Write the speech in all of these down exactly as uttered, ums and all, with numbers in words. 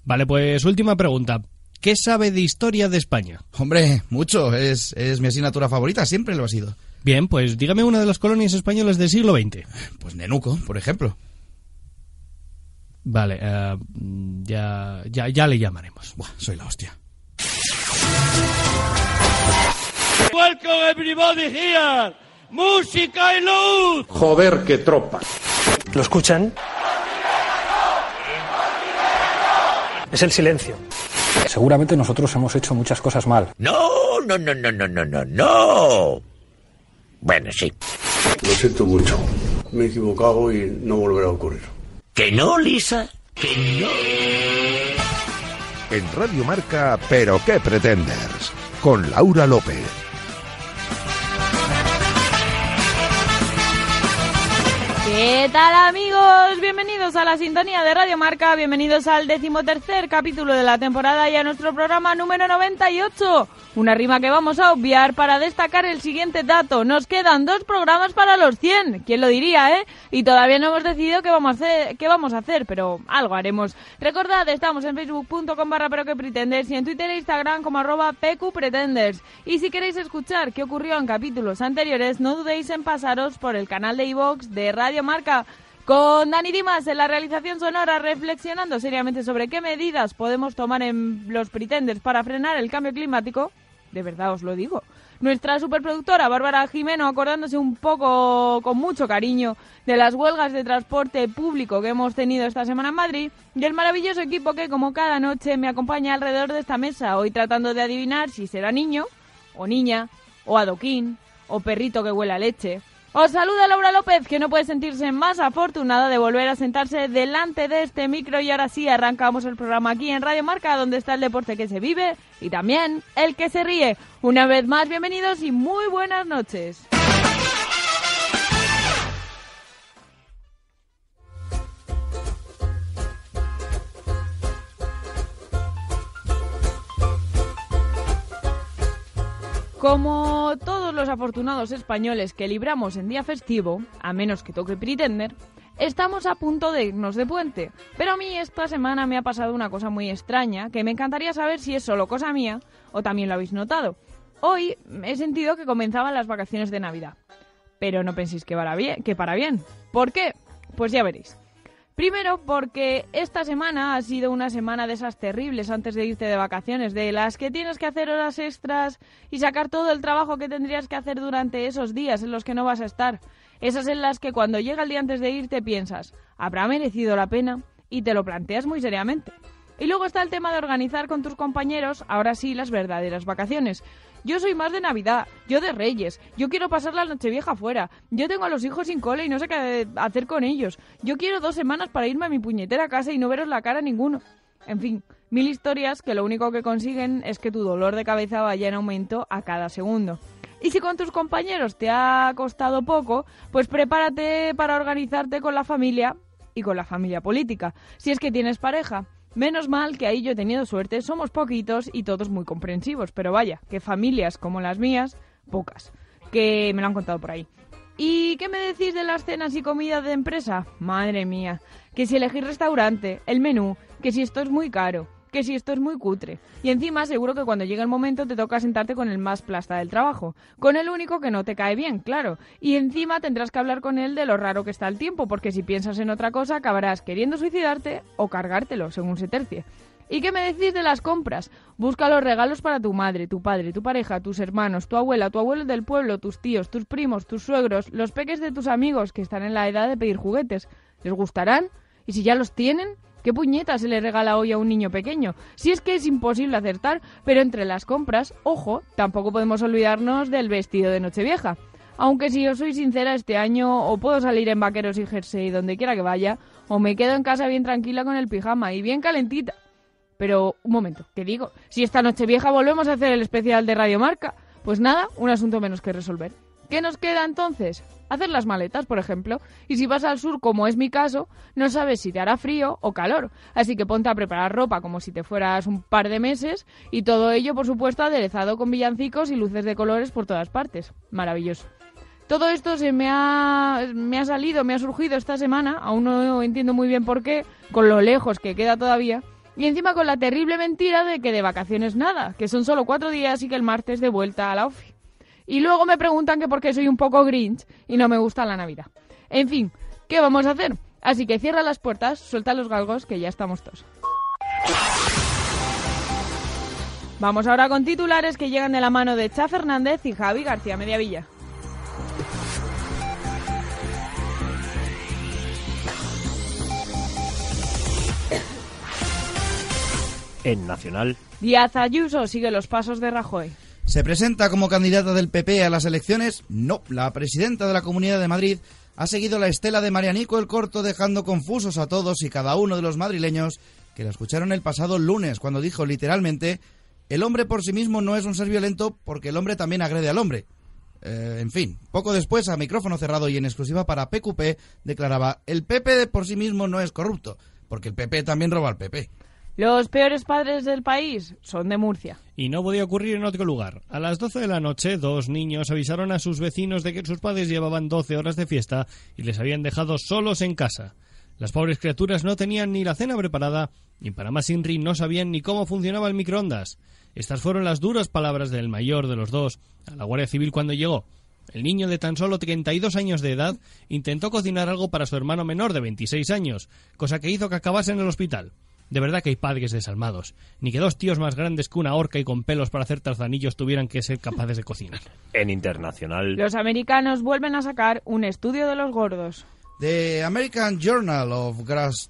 Vale, pues última pregunta. ¿Qué sabe de historia de España? Hombre, mucho. Es, es mi asignatura favorita, siempre lo ha sido. Bien, pues dígame una de las colonias españolas del siglo veinte. Pues Nenuco, por ejemplo. Vale, uh, ya, ya, ya le llamaremos. Buah, soy la hostia. Welcome everybody here. Música y luz. Joder, qué tropa. ¿Lo escuchan? Es el silencio. Seguramente nosotros hemos hecho muchas cosas mal. No, no, no, no, no, no, no, no. Bueno, sí. Lo siento mucho. Me he equivocado y no volverá a ocurrir. ¿Que no, Lisa? ¿Que no? En Radio Marca, ¿pero qué pretendes? Con Laura López. ¿Qué tal, amigos? Bienvenidos a la sintonía de Radio Marca, bienvenidos al decimotercer capítulo de la temporada y a nuestro programa número noventa y ocho. Una rima que vamos a obviar para destacar el siguiente dato. Nos quedan dos programas para los cien. ¿Quién lo diría, eh? Y todavía no hemos decidido qué vamos a hacer, qué vamos a hacer, pero algo haremos. Recordad, estamos en facebook punto com barra pero que pretenders y en Twitter e Instagram como arroba pqpretenders. Y si queréis escuchar qué ocurrió en capítulos anteriores, no dudéis en pasaros por el canal de iVoox de Radio Marca. Con Dani Dimas en la realización sonora, reflexionando seriamente sobre qué medidas podemos tomar en los Pretenders para frenar el cambio climático. De verdad os lo digo. Nuestra superproductora Bárbara Jimeno acordándose un poco, con mucho cariño, de las huelgas de transporte público que hemos tenido esta semana en Madrid, y el maravilloso equipo que, como cada noche, me acompaña alrededor de esta mesa, hoy tratando de adivinar si será niño, o niña, o adoquín, o perrito que huele a leche. Os saluda Laura López, que no puede sentirse más afortunada de volver a sentarse delante de este micro, y ahora sí arrancamos el programa aquí en Radio Marca, donde está el deporte que se vive y también el que se ríe. Una vez más, bienvenidos y muy buenas noches. Como todos los afortunados españoles que libramos en día festivo, a menos que toque Pretender, estamos a punto de irnos de puente. Pero a mí esta semana me ha pasado una cosa muy extraña, que me encantaría saber si es solo cosa mía o también lo habéis notado. Hoy he sentido que comenzaban las vacaciones de Navidad. Pero no penséis que para bien, que para bien. ¿Por qué? Pues ya veréis. Primero, porque esta semana ha sido una semana de esas terribles antes de irte de vacaciones, de las que tienes que hacer horas extras y sacar todo el trabajo que tendrías que hacer durante esos días en los que no vas a estar. Esas en las que cuando llega el día antes de irte piensas, ¿habrá merecido la pena? Y te lo planteas muy seriamente. Y luego está el tema de organizar con tus compañeros, ahora sí, las verdaderas vacaciones. Yo soy más de Navidad, yo de Reyes, yo quiero pasar la Nochevieja fuera, yo tengo a los hijos sin cole y no sé qué hacer con ellos, yo quiero dos semanas para irme a mi puñetera casa y no veros la cara a ninguno. En fin, mil historias que lo único que consiguen es que tu dolor de cabeza vaya en aumento a cada segundo. Y si con tus compañeros te ha costado poco, pues prepárate para organizarte con la familia y con la familia política, si es que tienes pareja. Menos mal que ahí yo he tenido suerte, somos poquitos y todos muy comprensivos, pero vaya, que familias como las mías, pocas, que me lo han contado por ahí. ¿Y qué me decís de las cenas y comidas de empresa? Madre mía, que si elegir restaurante, el menú, que si esto es muy caro, que si esto es muy cutre. Y encima seguro que cuando llegue el momento te toca sentarte con el más plasta del trabajo, con el único que no te cae bien, claro. Y encima tendrás que hablar con él de lo raro que está el tiempo, porque si piensas en otra cosa acabarás queriendo suicidarte o cargártelo, según se tercie. ¿Y qué me decís de las compras? Busca los regalos para tu madre, tu padre, tu pareja, tus hermanos, tu abuela, tu abuelo del pueblo, tus tíos, tus primos, tus suegros, los peques de tus amigos que están en la edad de pedir juguetes. ¿Les gustarán? ¿Y si ya los tienen? ¿Qué puñeta se le regala hoy a un niño pequeño? Si es que es imposible acertar, pero entre las compras, ojo, tampoco podemos olvidarnos del vestido de Nochevieja. Aunque si os soy sincera, este año o puedo salir en vaqueros y jersey donde quiera que vaya, o me quedo en casa bien tranquila con el pijama y bien calentita. Pero, un momento, ¿qué digo? Si esta Nochevieja volvemos a hacer el especial de Radio Marca, pues nada, un asunto menos que resolver. ¿Qué nos queda entonces? Hacer las maletas, por ejemplo. Y si vas al sur, como es mi caso, no sabes si te hará frío o calor. Así que ponte a preparar ropa como si te fueras un par de meses y todo ello, por supuesto, aderezado con villancicos y luces de colores por todas partes. Maravilloso. Todo esto se me ha, me ha salido, me ha surgido esta semana, aún no entiendo muy bien por qué, con lo lejos que queda todavía, Y encima con la terrible mentira de que de vacaciones nada, que son solo cuatro días y que el martes de vuelta a la ofi. Y luego me preguntan que por qué soy un poco Grinch y no me gusta la Navidad. En fin, ¿qué vamos a hacer? Así que cierra las puertas, suelta los galgos, que ya estamos todos. Vamos ahora con titulares que llegan de la mano de Cha Fernández y Javi García Mediavilla. En Nacional, Díaz Ayuso sigue los pasos de Rajoy. ¿Se presenta como candidata del P P a las elecciones? No, la presidenta de la Comunidad de Madrid ha seguido la estela de Marianico el Corto, dejando confusos a todos y cada uno de los madrileños que la escucharon el pasado lunes, cuando dijo literalmente: el hombre por sí mismo no es un ser violento porque el hombre también agrede al hombre. Eh, en fin, poco después, a micrófono cerrado y en exclusiva para P Q P, declaraba: el P P de por sí mismo no es corrupto, porque el P P también roba al P P. Los peores padres del país son de Murcia. Y no podía ocurrir en otro lugar. A las doce de la noche, dos niños avisaron a sus vecinos de que sus padres llevaban doce horas de fiesta y les habían dejado solos en casa. Las pobres criaturas no tenían ni la cena preparada y, para más inri, no sabían ni cómo funcionaba el microondas. Estas fueron las duras palabras del mayor de los dos a la Guardia Civil cuando llegó. El niño de tan solo treinta y dos años de edad intentó cocinar algo para su hermano menor de veintiséis años, cosa que hizo que acabase en el hospital. De verdad que hay padres desalmados. Ni que dos tíos más grandes que una horca y con pelos para hacer tarzanillos tuvieran que ser capaces de cocinar. En Internacional, Los americanos vuelven a sacar un estudio de los gordos. The American Journal of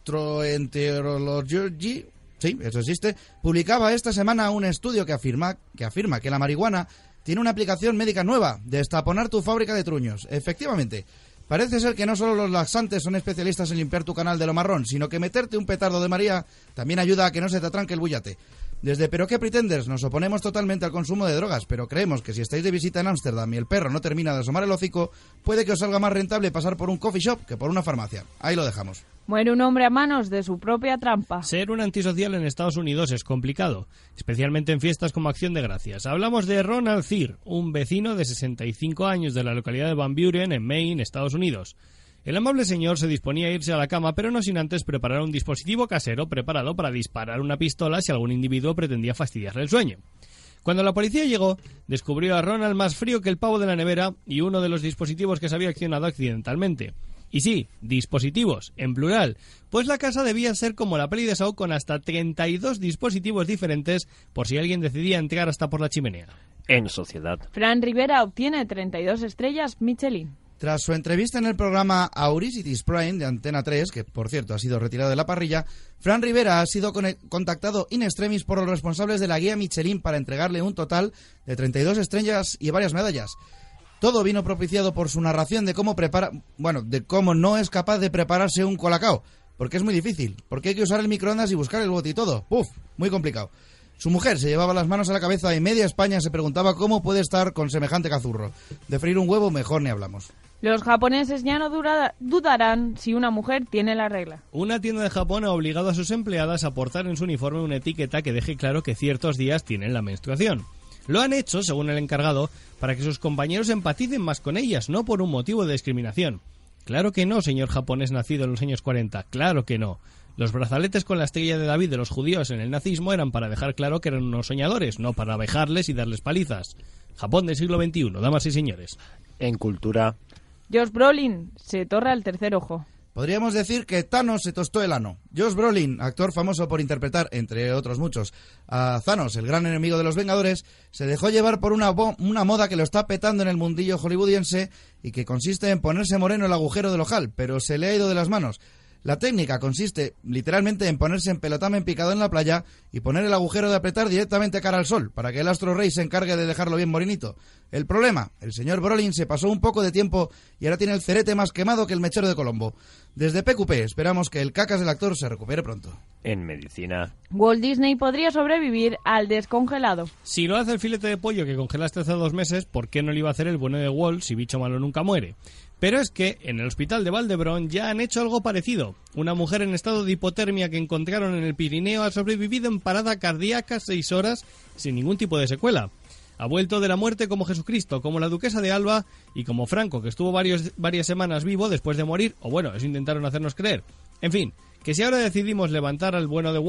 Gastroenterology, sí, eso existe, publicaba esta semana un estudio que afirma, que afirma que la marihuana tiene una aplicación médica nueva: destaponar tu fábrica de truños. Efectivamente, parece ser que no solo los laxantes son especialistas en limpiar tu canal de lo marrón, sino que meterte un petardo de María también ayuda a que no se te atranque el bullate. Desde Pero qué Pretenders nos oponemos totalmente al consumo de drogas, pero creemos que si estáis de visita en Ámsterdam y el perro no termina de asomar el hocico, puede que os salga más rentable pasar por un coffee shop que por una farmacia. Ahí lo dejamos. Muere un hombre a manos de su propia trampa. Ser un antisocial en Estados Unidos es complicado, especialmente en fiestas como Acción de Gracias. Hablamos de Ronald Cyr, un vecino de sesenta y cinco años de la localidad de Van Buren, en Maine, Estados Unidos. El amable señor se disponía a irse a la cama, pero no sin antes preparar un dispositivo casero preparado para disparar una pistola si algún individuo pretendía fastidiarle el sueño. Cuando la policía llegó, descubrió a Ronald más frío que el pavo de la nevera y uno de los dispositivos que se había accionado accidentalmente. Y sí, dispositivos, en plural, pues la casa debía ser como la peli de Saw, con hasta treinta y dos dispositivos diferentes por si alguien decidía entrar hasta por la chimenea. En Sociedad, Fran Rivera obtiene treinta y dos estrellas Michelin. Tras su entrevista en el programa Auricities Prime de Antena tres, que por cierto ha sido retirado de la parrilla, Fran Rivera ha sido contactado in extremis por los responsables de la guía Michelin para entregarle un total de treinta y dos estrellas y varias medallas. Todo vino propiciado por su narración de cómo prepara, bueno, de cómo no es capaz de prepararse un colacao, porque es muy difícil, porque hay que usar el microondas y buscar el bote y todo. Puf, muy complicado. Su mujer se llevaba las manos a la cabeza y media España se preguntaba cómo puede estar con semejante cazurro. De freír un huevo mejor ni hablamos. Los japoneses ya no dura- dudarán si una mujer tiene la regla. Una tienda de Japón ha obligado a sus empleadas a portar en su uniforme una etiqueta que deje claro que ciertos días tienen la menstruación. Lo han hecho, según el encargado, para que sus compañeros empaticen más con ellas, no por un motivo de discriminación. Claro que no, señor japonés nacido en los años cuarenta, claro que no. Los brazaletes con la estrella de David de los judíos en el nazismo eran para dejar claro que eran unos soñadores, no para abejarles y darles palizas. Japón del siglo veintiuno, damas y señores. En Cultura, Josh Brolin se torra el tercer ojo. Podríamos decir que Thanos se tostó el ano. Josh Brolin, actor famoso por interpretar, entre otros muchos, a Thanos, el gran enemigo de los Vengadores, se dejó llevar por una, una moda que lo está petando en el mundillo hollywoodiense y que consiste en ponerse moreno el agujero del ojal, pero se le ha ido de las manos. La técnica consiste literalmente en ponerse en pelotamen picado en la playa y poner el agujero de apretar directamente cara al sol, para que el astro rey se encargue de dejarlo bien morenito. El problema, el señor Brolin se pasó un poco de tiempo y ahora tiene el cerete más quemado que el mechero de Colombo. Desde P Q P esperamos que el cacas del actor se recupere pronto. en Medicina, Walt Disney podría sobrevivir al descongelado. Si lo hace el filete de pollo que congelaste hace dos meses, ¿por qué no lo iba a hacer el bueno de Walt si bicho malo nunca muere? Pero es que en el hospital de Valdebrón ya han hecho algo parecido. Una mujer en estado de hipotermia que encontraron en el Pirineo ha sobrevivido en parada cardíaca seis horas sin ningún tipo de secuela. Ha vuelto de la muerte como Jesucristo, como la duquesa de Alba y como Franco, que estuvo varios, varias semanas vivo después de morir, o bueno, eso intentaron hacernos creer. En fin, que si ahora decidimos levantar al bueno de Walt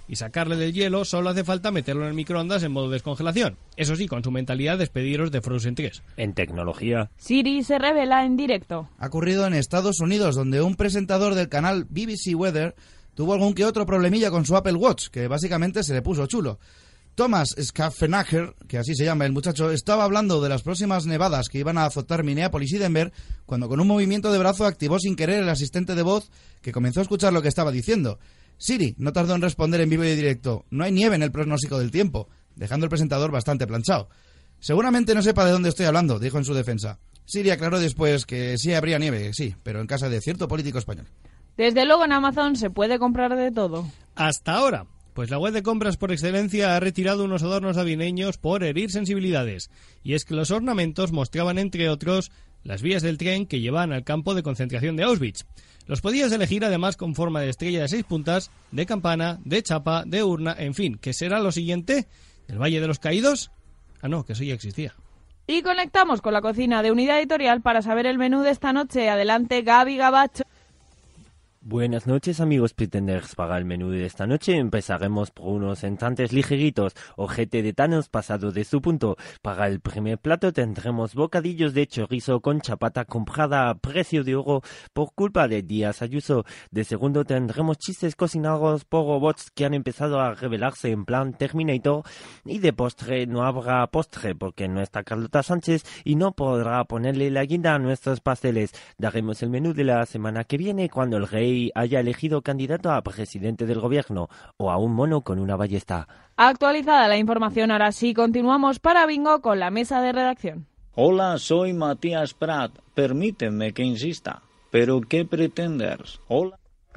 y sacarle del hielo, solo hace falta meterlo en el microondas en modo descongelación. Eso sí, con su mentalidad de despediros de Frozen tres. En tecnología. Siri se revela en directo. Ha ocurrido en Estados Unidos, donde un presentador del canal B B C Weather tuvo algún que otro problemilla con su Apple Watch, que básicamente se le puso chulo. Thomas Schaffenacher, que así se llama el muchacho, estaba hablando de las próximas nevadas que iban a azotar Minneapolis y Denver, cuando con un movimiento de brazo activó sin querer el asistente de voz, que comenzó a escuchar lo que estaba diciendo. Siri no tardó en responder en vivo y directo: no hay nieve en el pronóstico del tiempo, dejando al presentador bastante planchado. Seguramente no sepa de dónde estoy hablando, dijo en su defensa. Siri aclaró después que sí habría nieve, sí, pero en casa de cierto político español. Desde luego en Amazon se puede comprar de todo. Hasta ahora. Pues la web de compras por excelencia ha retirado unos adornos navideños por herir sensibilidades. Y es que los ornamentos mostraban, entre otros, las vías del tren que llevaban al campo de concentración de Auschwitz. Los podías elegir además con forma de estrella de seis puntas, de campana, de chapa, de urna, en fin. ¿Qué será lo siguiente? ¿El Valle de los Caídos? Ah, no, que eso ya existía. Y conectamos con la cocina de Unidad Editorial para saber el menú de esta noche. Adelante, Gaby Gabacho. Buenas noches, amigos pretenders. Para el menú de esta noche empezaremos por unos entrantes ligeritos, ojete de Thanos pasado de su punto. Para el primer plato tendremos bocadillos de chorizo con chapata comprada a precio de oro por culpa de Díaz Ayuso. De segundo tendremos chistes cocinados por robots que han empezado a revelarse en plan Terminator. Y de postre no habrá postre porque no está Carlota Sánchez y no podrá ponerle la guinda a nuestros pasteles. Daremos el menú de la semana que viene cuando el rey haya elegido candidato a presidente del gobierno o a un mono con una ballesta. Actualizada la información, ahora sí continuamos para Bingo con la mesa de redacción. Hola, soy Matías Prat. Permíteme que insista. ¿Pero qué pretendes? Hola.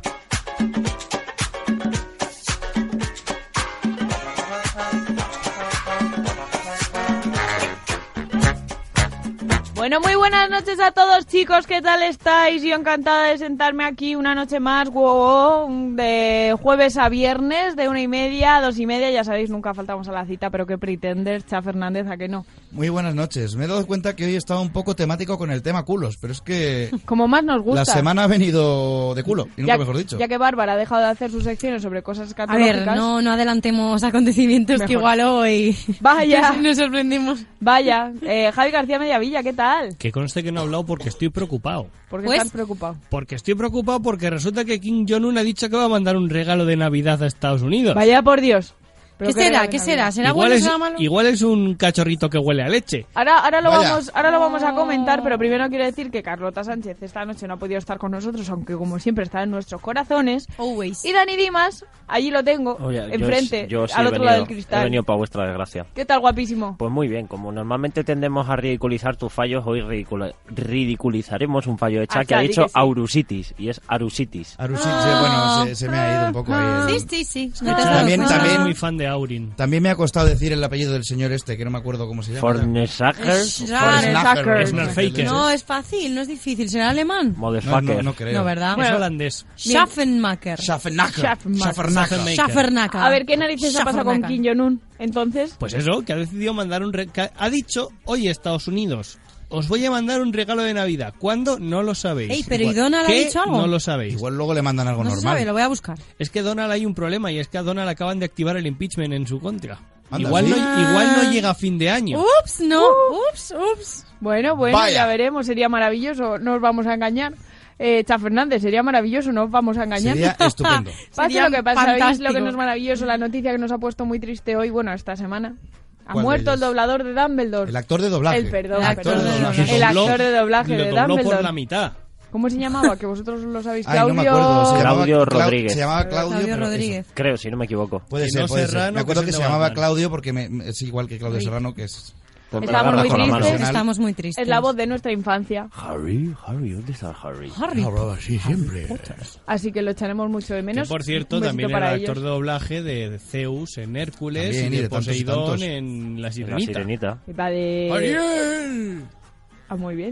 Bueno, muy buenas noches a todos, chicos, ¿qué tal estáis? Yo encantada de sentarme aquí una noche más, wow, de jueves a viernes, de una y media a dos y media, ya sabéis, nunca faltamos a la cita, pero qué pretenders, Cha Fernández, ¿a que no? Muy buenas noches, me he dado cuenta que hoy estaba un poco temático con el tema culos, pero es que... Como más nos gusta. La semana ha venido de culo, y nunca ya, mejor dicho. Ya que Bárbara ha dejado de hacer sus secciones sobre cosas A catológicas... ver, no, no adelantemos acontecimientos mejor. Que igual hoy... Vaya. Nos sorprendimos. Vaya, eh, Javi García Mediavilla, ¿qué tal? Que conste que no he hablado porque estoy preocupado. ¿Por qué pues, estás preocupado? Porque estoy preocupado porque resulta que Kim Jong-un ha dicho que va a mandar un regalo de Navidad a Estados Unidos. Vaya por Dios. ¿Qué será? ¿Qué será? ¿Será igual bueno o es, será malo? Igual es un cachorrito que huele a leche. Ahora, ahora, lo Vaya. vamos, ahora lo vamos a comentar, pero primero quiero decir que Carlota Sánchez esta noche no ha podido estar con nosotros, aunque como siempre está en nuestros corazones. Always. Y Dani Dimas, allí lo tengo, Oye, enfrente, yo, yo sí al he otro venido, lado del cristal. He venido para vuestra desgracia. ¿Qué tal, guapísimo? Pues muy bien, como normalmente tendemos a ridiculizar tus fallos, hoy ridicula- ridiculizaremos un fallo de Cha Ah, que ha Cha, di dicho que sí. aurusitis, y es arusitis. Arusi, Ah. sí, bueno, se, se me ha ido un poco ahí. el- Sí, sí, sí. Ah. No te has También- dado cuenta. también- Soy muy fan de Aurin. También me ha costado decir el apellido del señor este, que no me acuerdo cómo se llama. Fornesakers, Es raro. Fornacher. Snarfaker. No, es fácil, no es difícil. ¿Será alemán? No, motherfucker. no, no creo. No, ¿verdad? Es holandés. Schaffenmacher. Schaffenacher. Schaffenmacher. Schaffenacher. Schaffenmacher. Schaffernacker. A ver, ¿qué narices ha pasado con Schaffernacker. Kim Jong-un, entonces? Pues eso, que ha decidido mandar un... Re- que ha dicho, oye, Estados Unidos, os voy a mandar un regalo de Navidad. ¿Cuándo? No lo sabéis. Ey, pero ¿y Igual- Donald ha ¿Qué? dicho algo? No lo sabéis. Igual luego le mandan algo No se normal. sabe, lo voy a buscar. Es que Donald hay un problema y es que a Donald acaban de activar el impeachment en su contra. Anda, igual, ¿sí? no, igual no llega a fin de año. Ups, no. Ups, ups. Bueno, bueno, Vaya. ya veremos, sería maravilloso, no os vamos a engañar. Eh, Cha Fernández, sería maravilloso, no os vamos a engañar. Sería estupendo. Pase Sería lo que pasa, ¿sabéis fantástico. lo que no es maravilloso? La noticia que nos ha puesto muy triste hoy, bueno, esta semana. Ha ¿Cuál de muerto el ellas? doblador de Dumbledore. El actor de doblaje. El perdón, El actor de perdón. doblaje. El Lo dobló- actor de doblaje lo de dobló por Dumbledore. la mitad. ¿Cómo se llamaba? Que vosotros lo sabéis. Ay, Claudio... no me acuerdo. Se llamaba Claudio Clau- Rodríguez. Se llamaba Claudio, Claudio pero eso. Rodríguez. Creo, si no me equivoco. Puede Que ser, no puede ser. Serrano, Me acuerdo que que es se de llamaba Batman. Claudio porque me- es igual que Claudio Uy. Serrano, que es... Pues me Estamos agarras muy con la mano. tristes. Estamos muy tristes. Es la voz de nuestra infancia, Harry, Harry, ¿dónde está Harry? Harry. así siempre. así que lo echaremos mucho de Que menos. por cierto, Un besito también para era ellos. actor de doblaje de Zeus en Hércules También, y y de de tantos y Poseidón tantos. en La La Sirenita. sirenita. Y va de... ¡Ariel! Ah, muy bien.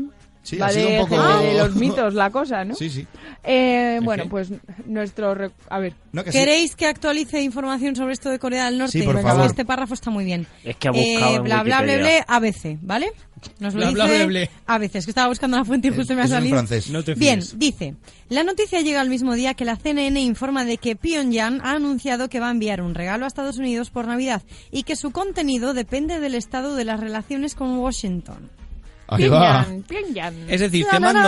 Sí, Va ha sido de un poco... gente de los mitos la cosa, ¿no? Sí, sí. Eh, ¿El bueno, qué? pues nuestro... rec- A ver. No, que sí. ¿Queréis que actualice información sobre esto de Corea del Norte? Sí, por Venga, favor. Este párrafo está muy bien. Es que ha buscado Eh, en bla, bla, bla, Wikipedia. bla, A B C, ¿vale? Nos lo Bla, bla, dice bla, bla. A B C, es que estaba buscando la fuente y justo me ha Eso es en salido. francés. No te Bien, fíes. dice, la noticia llega al mismo día que la C N N informa de que Pyongyang ha anunciado que va a enviar un regalo a Estados Unidos por Navidad y que su contenido depende del estado de las relaciones con Washington. Ahí va. Pyongyang, Pyongyang. Es decir, te mando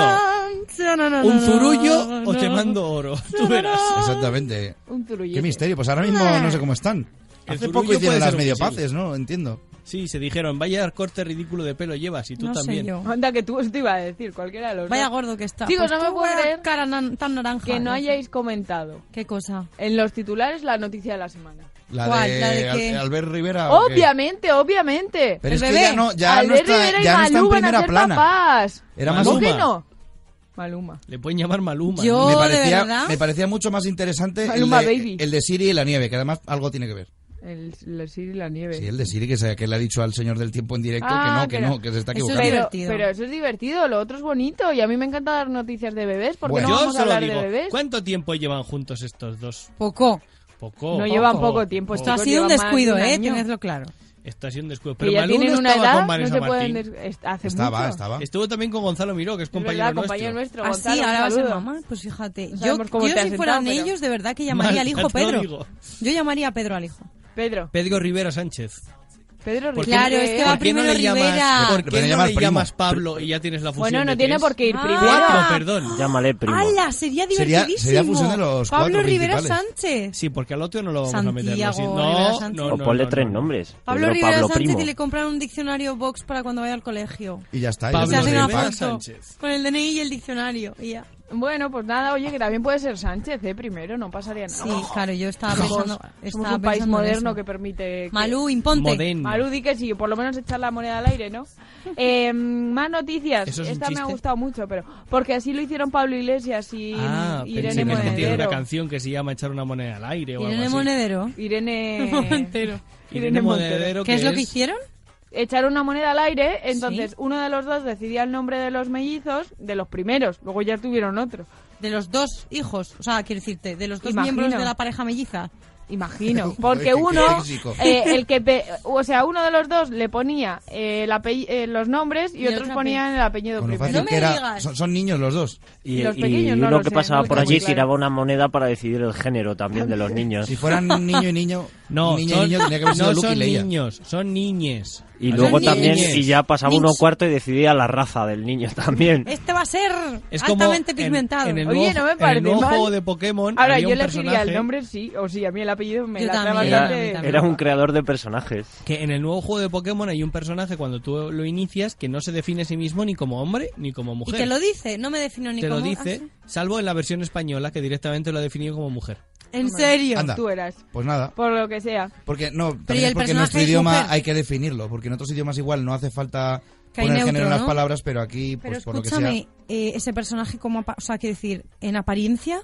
un zurullo o te mando oro. Tú verás. Exactamente. Un zurullete. Qué misterio. Pues ahora mismo no sé cómo están. El Hace zurullo poco hicieron puede las ser medio posible. paces, ¿no? Entiendo. Sí, se dijeron, vaya corte ridículo de pelo llevas y tú No sé también. yo. Anda, que tú esto iba a decir, cualquiera de los Vaya dos. gordo que está. Chicos, Pues no me tú, puedo vaya creer cara nan- tan naranja. Que no sé. hayáis comentado ¿Qué cosa? en los titulares la noticia de la semana. La ¿Cuál? de, ¿La de Al- qué? Albert Rivera. ¿o qué? Obviamente, obviamente. Pero ¿El es que bebé? ya no, ya no Albert está, Rivera y ya no está en Malú van a primera ser plana. papás. Era más ¿Cómo que Maluma. no? Maluma. Le pueden llamar Maluma. Yo- me ¿de parecía, verdad? me parecía mucho más interesante el Maluma de, Baby. el de Siri y la nieve, que además algo tiene que ver. El, el Siri y la nieve. Sí, el de Siri que, se, que le ha dicho al señor del tiempo en directo Ah, que que no, que no. no, que se está Eso es equivocando. Pero, divertido. pero eso es divertido, lo otro es bonito y a mí me encanta dar noticias de bebés porque Bueno. no Yo vamos a solo hablar digo, de bebés. ¿cuánto tiempo llevan juntos estos dos? Poco. Poco. No llevan poco tiempo. Esto ha chicos, sido un llevan más de descuido, un ¿eh? año. Tenedlo claro. Esto ha sido un descuido. Que Pero ya Malú tienen no una estaba edad, con no Vanessa se pueden... Martín. des- est- Hace Estaba, mucho. estaba. Estuvo también con Gonzalo Miró, que es Es compañero verdad, nuestro. compañero nuestro. Ah, Gonzalo, sí, un ahora va a ser saludo. mamá. Pues fíjate. No Yo, sabemos cómo yo te has si fueran sentado, pero- ellos, de verdad que llamaría Mal, al hijo ya te lo Pedro. digo. Yo llamaría a Pedro al hijo. Pedro. Pedro Rivera Sánchez. Pedro ¿Por qué- Rivera. Claro, es que va ¿Por qué no primero le llamas, Rivera. ¿por Pero qué no llamas le primo. llamas Pablo y ya tienes la fusión Bueno, no de tiene tres? por qué ir Ah. primero. Cuatro, perdón. Llámale primo. ¡Hala! Sería Sería- divertidísimo. sería fusión de los Pablo cuatro Rivera principales. Sánchez. Sí, porque al otro no lo vamos a meter. Santiago lo siento. Rivera No, Sánchez. no, O no, ponle no, tres no. nombres. Pablo Pedro, Rivera Pablo Sánchez primo. y le compran un diccionario Vox para cuando vaya al colegio. Y ya está. y Pablo Se ya hacen está. una Rivera foto Sánchez. con el D N I y el diccionario. Y ya. Bueno, pues nada, oye, que también puede ser Sánchez, ¿eh? Primero, no pasaría nada. Sí, claro, yo estaba Somos- pensando. Somos Estaba un país pensando en moderno eso. que permite... que- Malú, imponte. Moderno. Malú, di que sí, por lo menos echar la moneda al aire, ¿no? Eh, más noticias. ¿Eso es un Esta me ha chiste? gustado mucho, pero... Porque así lo hicieron Pablo Iglesias y Ah, Irene pensé que tiene Monedero. una canción que se llama Echar una moneda al aire o Irene algo así. Monedero. Irene... Montero. Irene Monedero, ¿Qué es lo que hicieron? Echaron una moneda al aire, entonces uno de los dos decidía el nombre de los mellizos, de los primeros, luego ya tuvieron otro. De los dos hijos, o sea, quiero decirte, de los dos Imagino. miembros de la pareja melliza. Imagino, porque Qué uno, físico. eh, el que, pe- o sea, uno de los dos le ponía eh, el apell- eh, los nombres y, Y otros otro ponían el apellido Con lo primero. fácil No me que era. digas. Son, son niños los dos. Y, Los y pequeños no uno lo que sé, pasaba no por está muy allí claro. giraba una moneda para decidir el género también de los niños. Si fueran niño y niño, No, niña son, y niño tendría que haber sido no Luke y son Leia. niños, son niñes. Y Son luego niños. también, y ya pasaba Niños. uno cuarto y decidía la raza del niño también. Este va a ser Es como altamente en- pigmentado. En, el Oye, nuevo, no me en el parece nuevo mal. juego de Pokémon Ahora, había yo un elegiría personaje el nombre sí, o sí, a mí el apellido me Yo la trae también, Era, bastante... también. era un creador de personajes. que en el nuevo juego de Pokémon hay un personaje cuando tú lo inicias que no se define a sí mismo ni como hombre ni como Y mujer. te lo dice, no me defino ni Te como... lo dice, Ah, sí. salvo en la versión española que directamente lo ha definido como mujer. ¿En serio? Anda. Tú eras, Pues nada. por lo que sea. Porque no, ¿y también el es porque en personaje nuestro es idioma mujer? hay que definirlo, porque en otros idiomas igual no hace falta Que hay poner neutro, género en las ¿no? palabras, pero aquí, Pero pues por lo que sea. escúchame, eh, ese personaje como... apa- O sea, quiero decir, en apariencia...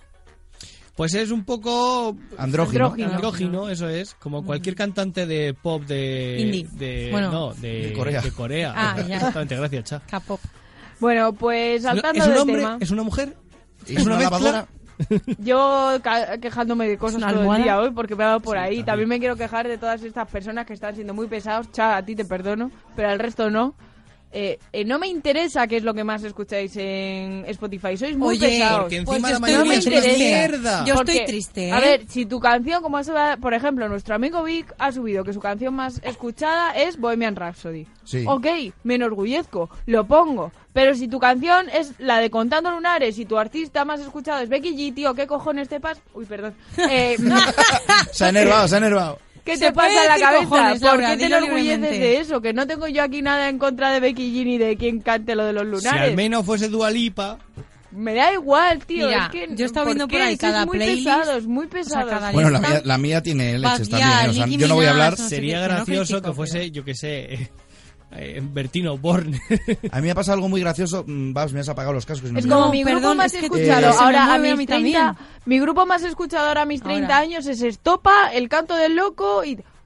Pues es un poco Andrógino. Andrógino. andrógino, eso es, como cualquier cantante de pop de Indie. de Bueno, no, de, de Corea. de Corea. Ah, ya. Exactamente, gracias, Cha. K-pop. Bueno, pues saltando ¿Es un de hombre? tema, ¿Es una mujer? ¿Es ¿Es una una mezcla? lavadora? yo ca- quejándome de cosas ¿Una todo el almohada? día hoy porque me ha dado por Sí, ahí. también. También me quiero quejar de todas estas personas que están siendo muy pesados. Cha, a ti te perdono, pero al resto no. Eh, eh, no me interesa qué es lo que más escucháis en Spotify. Sois muy Oye, pesados. Porque Pues encima yo la estoy mayoría muy es una triste. mierda. Yo Porque, estoy triste, ¿eh? A ver, si tu canción, como eso, por ejemplo, nuestro amigo Vic ha subido que su canción más escuchada es Bohemian Rhapsody. Sí. Ok, me enorgullezco, lo pongo. Pero si tu canción es la de Contando Lunares y tu artista más escuchado es Becky G, tío, ¿qué cojones te pasa? Uy, perdón. Eh, Se ha enervado, se ha enervado. ¿Qué Se te puede pasa en la decir cabeza? cojones, ¿Por Laura, qué te dilo enorgulleces libremente. de eso? Que no tengo yo aquí nada en contra de Becky G ni de quien cante lo de los Si al lunares. menos fuese Dua Lipa, Me da igual, tío. Mira, es que, yo he estado ¿por viendo qué? por ahí Sois cada muy playlist, pesados, muy pesados. cada Bueno, la lista. mía, la mía tiene leches Bad también. Gyal, ¿eh? O sea, Nicki yo no voy a Minaj, hablar. no sé sería qué, que no gracioso critico, que fuese, pero- yo que sé, eh, eh, Bertino Borne. A mí me ha pasado algo muy gracioso. Mm, Babs, me has apagado los cascos. y no Es me- como No, mi grupo perdón, más es que escuchado eh, se me ahora a mueve a mis mí treinta, también. mi grupo más escuchado ahora a mis treinta Ahora. años es Estopa, El Canto del Loco y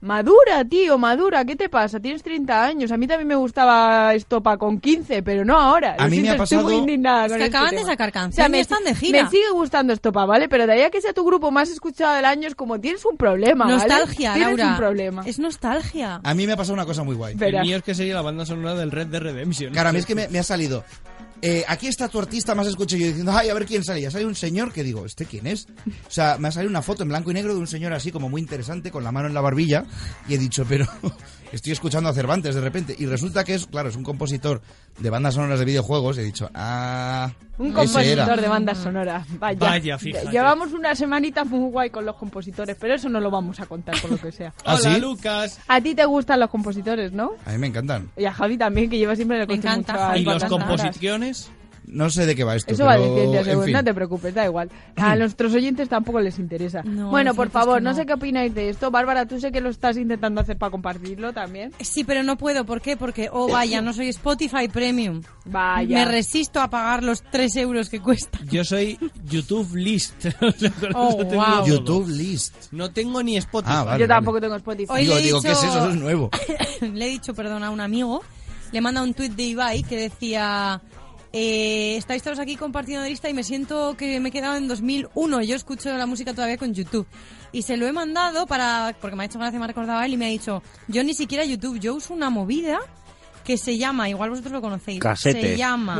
Madura, tío, madura, ¿qué te pasa? Tienes treinta años. A mí también me gustaba Estopa con quince, pero no ahora. A Lo mí me siento, ha pasado- estoy muy indignada Es con que este acaban de tema. sacar O sea, canciones, me, están de gira. me sigue gustando Estopa, ¿vale? Pero de ahí a que sea tu grupo más escuchado del año es como tienes un problema, ¿vale? Nostalgia, Tienes Laura. un problema. Es nostalgia. A mí me ha pasado una cosa muy guay. El mío es que sería la banda sonora del Red Dead Redemption. Claro, a mí es que me, me ha salido. Eh, aquí está tu artista más escuchado. Yo diciendo, ay, a ver quién salía. Sale un señor que digo, ¿este quién es? O sea, me ha salido una foto en blanco y negro de un señor así como muy interesante, con la mano en la barbilla. Y he dicho, pero estoy escuchando a Cervantes de repente. Y resulta que es, claro, es un compositor de bandas sonoras de videojuegos. Y he dicho, ah. Un ese compositor era. de banda sonora. Vaya. Vaya, fíjate. Llevamos una semanita muy guay con los compositores, pero eso no lo vamos a contar por lo que sea. ¿Ah, Hola, sí? Lucas. A ti te gustan los compositores, ¿no? A mí me encantan. Y a Javi también, que lleva siempre en el coche encanta, mucho a Javi. ¿Y los bandas sonoras. composiciones? No sé de qué va esto. Eso va de pero, ciencia, en seguro. fin. No te preocupes, da igual. A nuestros oyentes tampoco les interesa. No, bueno, lo por cierto es favor, que no. no. sé qué opináis de esto. Bárbara, tú sé que lo estás intentando hacer para compartirlo también. Sí, pero no puedo. ¿Por qué? Porque, oh, vaya, no soy Spotify Premium. Vaya. Me resisto a pagar los tres euros que cuesta. Yo soy YouTube List. O sea, con Oh, eso te digo wow. todo. YouTube List. No tengo ni Spotify. Ah, vale. Yo tampoco tengo Spotify. Hoy Digo, le he digo, dicho- ¿qué es eso? Eso es nuevo. Le he dicho, perdón, a un amigo. Le manda un tuit de Ibai que decía... Eh, estáis todos aquí compartiendo la lista y me siento que me he quedado en dos mil uno. Yo escucho la música todavía con YouTube. Y se lo he mandado para... Porque me ha hecho gracia, me ha recordado a él y me ha dicho... Yo ni siquiera YouTube, yo uso una movida que se llama... Igual vosotros lo conocéis. Casete. Se llama...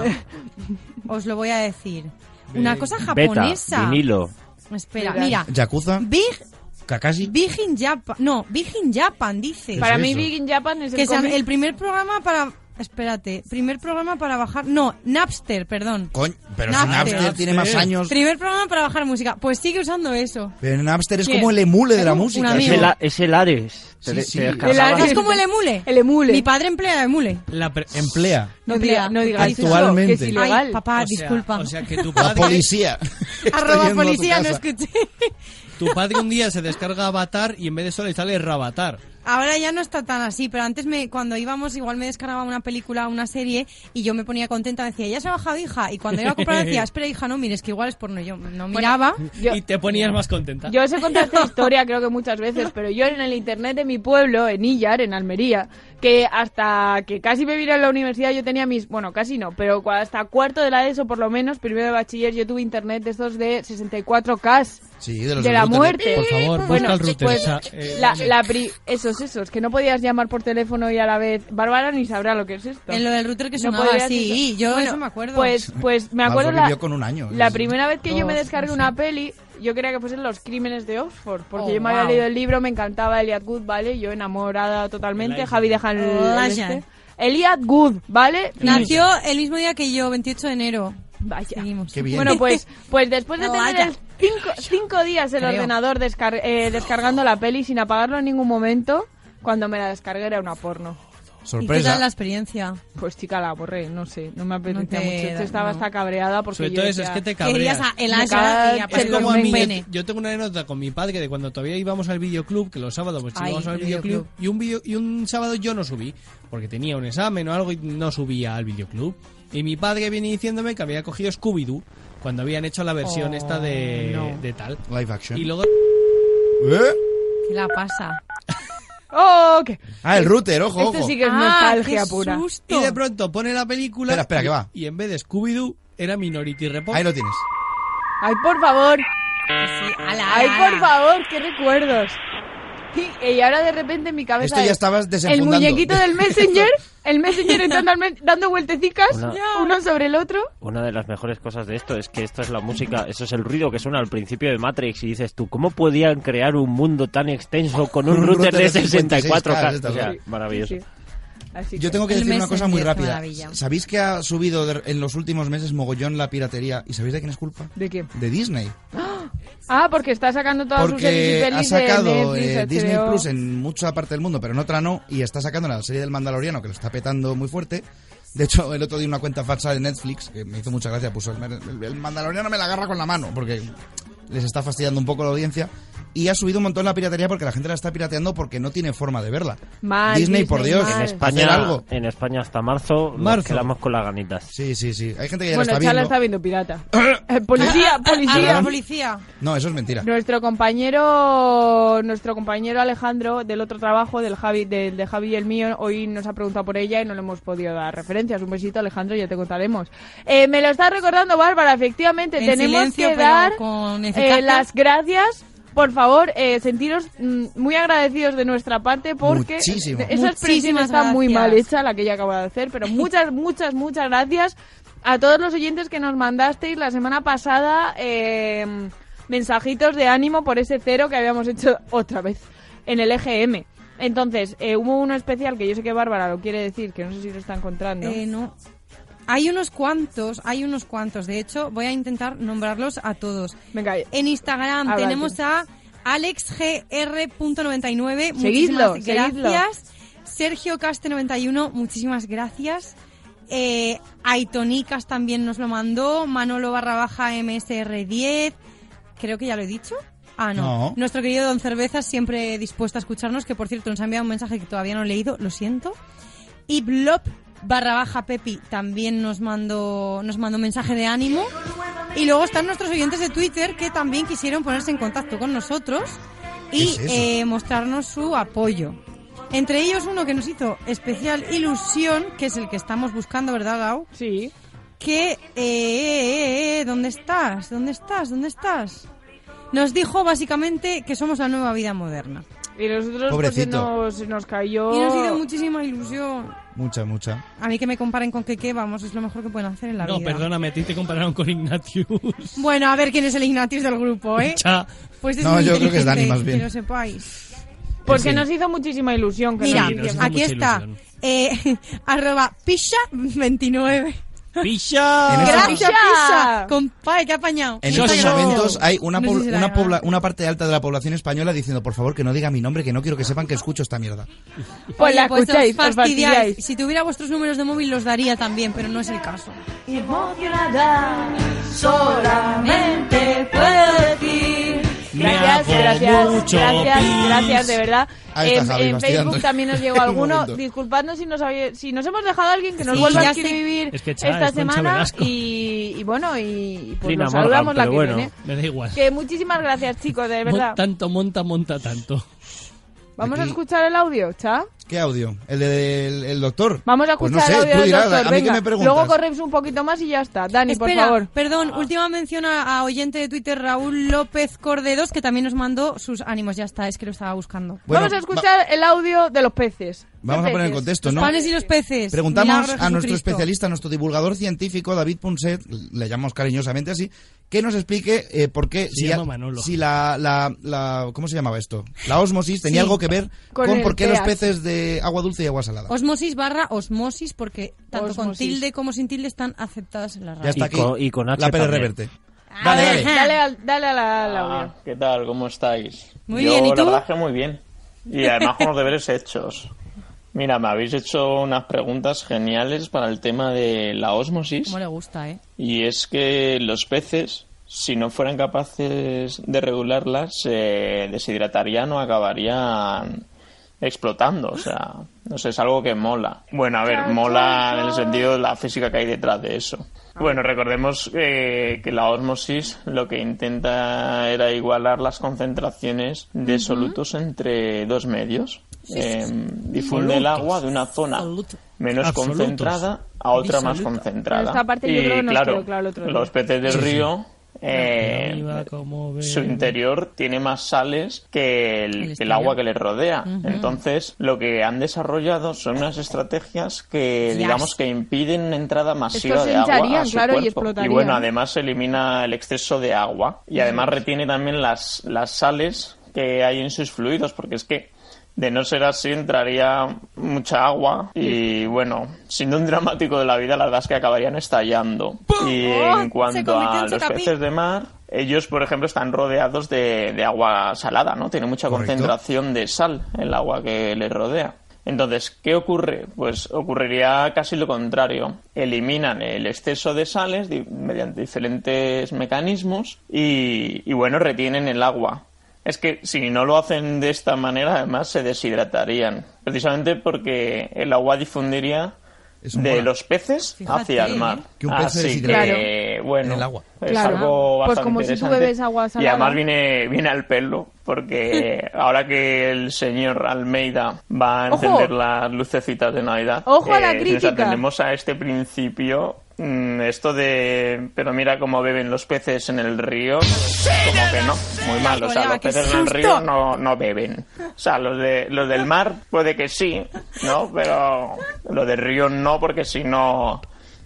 Os lo voy a decir. Una cosa Beta, japonesa. vinilo. Espera, Mira. mira. Yakuza. Big... Kakashi. Big in Japan... No, Big in Japan, dice. Para es mí, eso? Big in Japan es Que el es cómic- el primer programa para... Espérate, primer programa para bajar... No, Napster, perdón. Coño, pero si Napster. Napster tiene más años. Primer programa para bajar música. Pues sigue usando eso. Pero Napster es ¿Quién? como el emule de la Un música. amigo. Es el, a- es el Ares. Te Sí, de- sí. te El descargabas. Ares. ¿Es como el emule? El emule. Mi padre emplea emule. La pre- Emplea. No, Emplea. diga- no digas eso, Actualmente. que es ilegal. Ay, papá, o sea, disculpa. O sea, que tu La padre, policía. está Arroba yendo a tu policía, no casa. escuché. tu padre un día se descarga Avatar y en vez de eso le sale Rabatar. Ahora ya no está tan así, pero antes me, cuando íbamos igual me descargaba una película, una serie y yo me ponía contenta, decía, ya se ha bajado, hija, y cuando iba a comprar decía, espera, hija, no mires, que igual es porno. Yo no miraba. Yo- Y te ponías más contenta. Yo os he contado esta historia creo que muchas veces, pero yo en el internet de mi pueblo, en Illar, en Almería, que hasta que casi me vine a la universidad yo tenía mis... Bueno, casi no, pero cua- hasta cuarto de la ESO por lo menos, primero de bachiller, yo tuve internet de estos de sesenta y cuatro K. Sí, de los De la router. muerte. Por favor, Bueno, busca el router. pues, esa, eh, la, la pri- esos, esos, que no podías llamar por teléfono y a la vez... Bárbara ni sabrá lo que es esto. En lo del router que No sonaba podías así, eso. yo Bueno, eso me acuerdo. Pues, pues me Malfoy acuerdo la, vivió con un año. la Sí. primera vez que yo me Dos, descargué no sé. una peli, yo creía que fuesen Los Crímenes de Oxford, porque Oh, yo me había wow. leído el libro, me encantaba Elliot Good, ¿vale? Yo enamorada totalmente, Elijah. Javi deja el, el Elijah. este. Elliot Good, ¿vale? Nació el mismo día que yo, veintiocho de enero. Vaya. Seguimos. Qué bien. Bueno, pues, pues después de No, tener vaya. el cinco, cinco días el Creo. ordenador descar- eh, descargando la peli sin apagarlo en ningún momento, cuando me la descargué era una porno. ¿Y qué Sorpresa. tal la experiencia? Pues chica, la borré, no sé, no me apetecía No te mucho. da- Estaba no. hasta cabreada porque Sobre yo todo eso, decía, es que te Querías cabreas. a el Me Asha caga- y a es Es el como a un mí, pene. yo tengo una anécdota con mi padre que de cuando todavía íbamos al videoclub, que los sábados pues Ay, íbamos al el videoclub, videoclub. y un video, y un sábado yo no subí, porque tenía un examen o algo y no subía al videoclub. Y mi padre viene diciéndome que había cogido Scooby-Doo cuando habían hecho la versión Oh, esta de, no. de tal. Live action. Y luego ¿Eh? ¿Qué la pasa? ¡Oh! qué- Ah, el router, ojo, Esto ojo. sí que es Ah, nostalgia qué pura. susto. y de pronto pone la película Espera, espera, y, que va. y en vez de Scooby-Doo era Minority Report. Ahí lo tienes. ¡Ay, por favor! Sí, ala, ¡Ay, ala. por favor! ¡Qué recuerdos! Y, y ahora de repente en mi cabeza Esto ya es estabas el desenfundando. muñequito del Messenger, el Messenger entrando al me- dando vueltecicas, Una- uno sobre el otro. Una de las mejores cosas de esto es que esto es la música, eso es el ruido que suena al principio de Matrix y dices tú, ¿cómo podían crear un mundo tan extenso con un, Un router, router de de sesenta y cuatro K? cincuenta y seis K, O sea, está maravilloso. Sí, sí. Así Yo que- tengo que El decir una cosa muy Messenger, qué rápida. maravilla. ¿Sabéis que ha subido de- en los últimos meses mogollón la piratería? ¿Y sabéis de quién es culpa? ¿De qué? De Disney. Ah, porque está sacando todas sus series y Porque ha pelis de sacado Netflix, eh, Disney H B O. Plus en mucha parte del mundo, pero en otra no, y está sacando la serie del Mandaloriano, que lo está petando muy fuerte. De hecho, el otro día una cuenta falsa de Netflix, que me hizo mucha gracia, puso el, el- el Mandaloriano me la agarra con la mano, porque les está fastidiando un poco la audiencia. y ha subido un montón la piratería porque la gente la está pirateando porque no tiene forma de verla. Mal, Disney, por Disney, Dios, mal. En España, hacer algo. en España hasta marzo, Marzo. nos quedamos con las ganitas. Sí, sí, sí. Hay gente que ya Bueno, la está Chala viendo. está viendo pirata. Eh, policía, policía. La policía. No, eso es mentira. Nuestro compañero, nuestro compañero Alejandro del otro trabajo, del Javi, del de Javi y el mío, hoy nos ha preguntado por ella y no le hemos podido dar referencias. Un besito, Alejandro, ya te contaremos. Eh, me lo está recordando Bárbara, efectivamente, En tenemos silencio, que pero dar con eh, eficacia. las gracias. Por favor, eh, sentiros mm, muy agradecidos de nuestra parte porque Muchísimo. esa expresión Muchísimas está muy gracias. mal hecha, la que ella acaba de hacer, pero muchas, muchas, muchas gracias a todos los oyentes que nos mandasteis la semana pasada eh, mensajitos de ánimo por ese cero que habíamos hecho otra vez en el E G M. Entonces, eh, hubo uno especial que yo sé que Bárbara lo quiere decir, que no sé si lo está encontrando. Eh, no. Hay unos cuantos, hay unos cuantos. De hecho, voy a intentar nombrarlos a todos. Venga, en Instagram adelante. tenemos a alex g r punto noventa y nueve. Seguidlo, Muchísimas seguidlo. gracias. Sergio Caste noventa y uno, muchísimas gracias. Eh, Aitonicas también nos lo mandó. Manolo barra baja M S R diez. Creo que ya lo he dicho. Ah, no. No. Nuestro querido Don Cervezas, siempre dispuesto a escucharnos, que por cierto nos ha enviado un mensaje que todavía no he leído, lo siento. Y Blob barra baja Pepi también nos mandó, nos mandó un mensaje de ánimo. Y luego están nuestros oyentes de Twitter que también quisieron ponerse en contacto con nosotros y ¿Qué es eso? eh, mostrarnos su apoyo. Entre ellos uno que nos hizo especial ilusión, que es el que estamos buscando, ¿verdad, Lau? Sí. Que, eh, eh, eh, ¿dónde estás? ¿Dónde estás? ¿Dónde estás? Nos dijo básicamente que somos la nueva vida moderna. Y nosotros pues, se Pobrecito. nos, se nos cayó... Y nos hizo muchísima ilusión. Mucha, mucha. A mí que me comparen con Keke, vamos, es lo mejor que pueden hacer en la No, vida. perdóname, a ti te compararon con Ignatius. Bueno, a ver quién es el Ignatius del grupo, ¿eh? Cha. Pues es No, muy yo creo que es Dani, inteligente, más bien. que lo sepáis. Porque Sí. nos hizo muchísima ilusión. Que Mira, Sí, nos hizo aquí mucha está. ilusión. Eh, arroba pisha veintinueve. ¡Pisha! En este- Gracias, ¡Pisha! pisha. Compadre, que ha apañado. En Yo estos soy- momentos hay una, No sé pobl- si será una, legal. pobla- una parte alta de la población española diciendo, por favor, que no diga mi nombre, que no quiero que sepan que escucho esta mierda. Pues la Oye, pues escucháis, os os fastidiáis. fastidiáis. Si tuviera vuestros números de móvil los daría también, pero no es el caso. Emocionada, solamente puedo decir. Me Gracias, hago gracias, mucho gracias, pis. gracias, de verdad. Ahí está En, Javi, en fastidiando. Facebook también nos llegó Un alguno. momento. Disculpadnos si nos, había- si nos hemos dejado a alguien que nos Sí, vuelva ya a sé. escribir Es que, cha, esta es Concha semana. Velasco. Y, y bueno, y pues Lina nos Morgan, saludamos la pero que bueno. viene. Me da igual. Que muchísimas gracias, chicos, de Mon- verdad. tanto, monta, monta tanto. Vamos a Aquí- escuchar el audio, ¿cha? ¿Qué audio? ¿El del el doctor? Vamos a Pues escuchar no sé, el audio tú del dirás, doctor. a mí Venga, que me preguntas. luego corremos un poquito más y ya está. Dani, Espera, por favor. perdón, última mención a, a oyente de Twitter Raúl López Cordedos, que también nos mandó sus ánimos. Ya está, es que lo estaba buscando. Bueno, Vamos a escuchar el audio de los peces. Vamos ¿Qué a poner en peces? contexto, Los ¿no? panes y los peces. Preguntamos Milagro de a nuestro Jesucristo. especialista, a nuestro divulgador científico, David Punset, le llamamos cariñosamente así, que nos explique eh, por qué, Se si, llama a- Manolo. si la, la, la- ¿cómo se llamaba esto? La osmosis tenía Sí. algo que ver Con con, el por qué los pH. peces de agua dulce y agua salada. Osmosis barra osmosis, porque tanto con Osmosis. tilde como sin tilde están aceptadas en la Ya radio. está Y aquí con- y con H la Pérez también. Reverte. A Dale, ver, dale. Dale al, dale a la- al audio. Ah, ¿qué tal? ¿Cómo estáis? Muy Yo, bien, ¿y tú? la verdad que muy bien. Y además con los deberes hechos. Mira, me habéis hecho unas preguntas geniales para el tema de la ósmosis. Como le gusta, ¿eh? Y es que los peces, si no fueran capaces de regularlas, se deshidratarían o acabarían explotando. O sea, no sé, es algo que mola. Bueno, a ver, mola en el sentido de la física que hay detrás de eso. Bueno, recordemos eh, que la ósmosis lo que intenta era igualar las concentraciones de solutos entre dos medios. Eh, difunde el Solutos. agua de una zona Soluto. menos Absolutos. concentrada a otra más Disoluto. concentrada. Esta parte yo y creo que nos claro, quedó claro el otro día. los peces del río eh, Arriba como ven. su interior tiene más sales que el, El que el exterior. agua que les rodea. Ujú. Entonces, lo que han desarrollado son unas estrategias que, Yes. digamos, que impiden una entrada masiva Estos se de agua a hincharían, su claro, y cuerpo. explotarían. bueno, además elimina el exceso de agua y además retiene también las, las sales que hay en sus fluidos, porque es que de no ser así entraría mucha agua y bueno, siendo un dramático de la vida, la verdad es que acabarían estallando. Y ¡Oh! en Se cuanto convirtió a en los Chocapi. peces de mar, ellos, por ejemplo, están rodeados de, de agua salada, ¿no? Tiene mucha Correcto. concentración de sal en el agua que les rodea. Entonces, ¿qué ocurre? Pues ocurriría casi lo contrario. Eliminan el exceso de sales di- mediante diferentes mecanismos y, y bueno, retienen el agua. Es que si no lo hacen de esta manera, además se deshidratarían. Precisamente porque el agua difundiría Eso de mola. los peces Fíjate, hacia el mar. Que un pez se Así deshidrate que, bueno, en el agua. es Claro. algo Pues bastante como si tú interesante. bebes agua Y salada. además viene, viene al pelo, porque ahora que el señor Almeida va a ¡Ojo! encender las lucecitas de Navidad, ¡Ojo a la si nos crítica! atendemos a este principio, mm, esto de pero mira cómo beben los peces en el río, como que no, muy mal. O sea, colega, los qué peces en el susto. río no, no beben. O sea, los de los del mar puede que sí, ¿no? Pero lo del río no, porque si no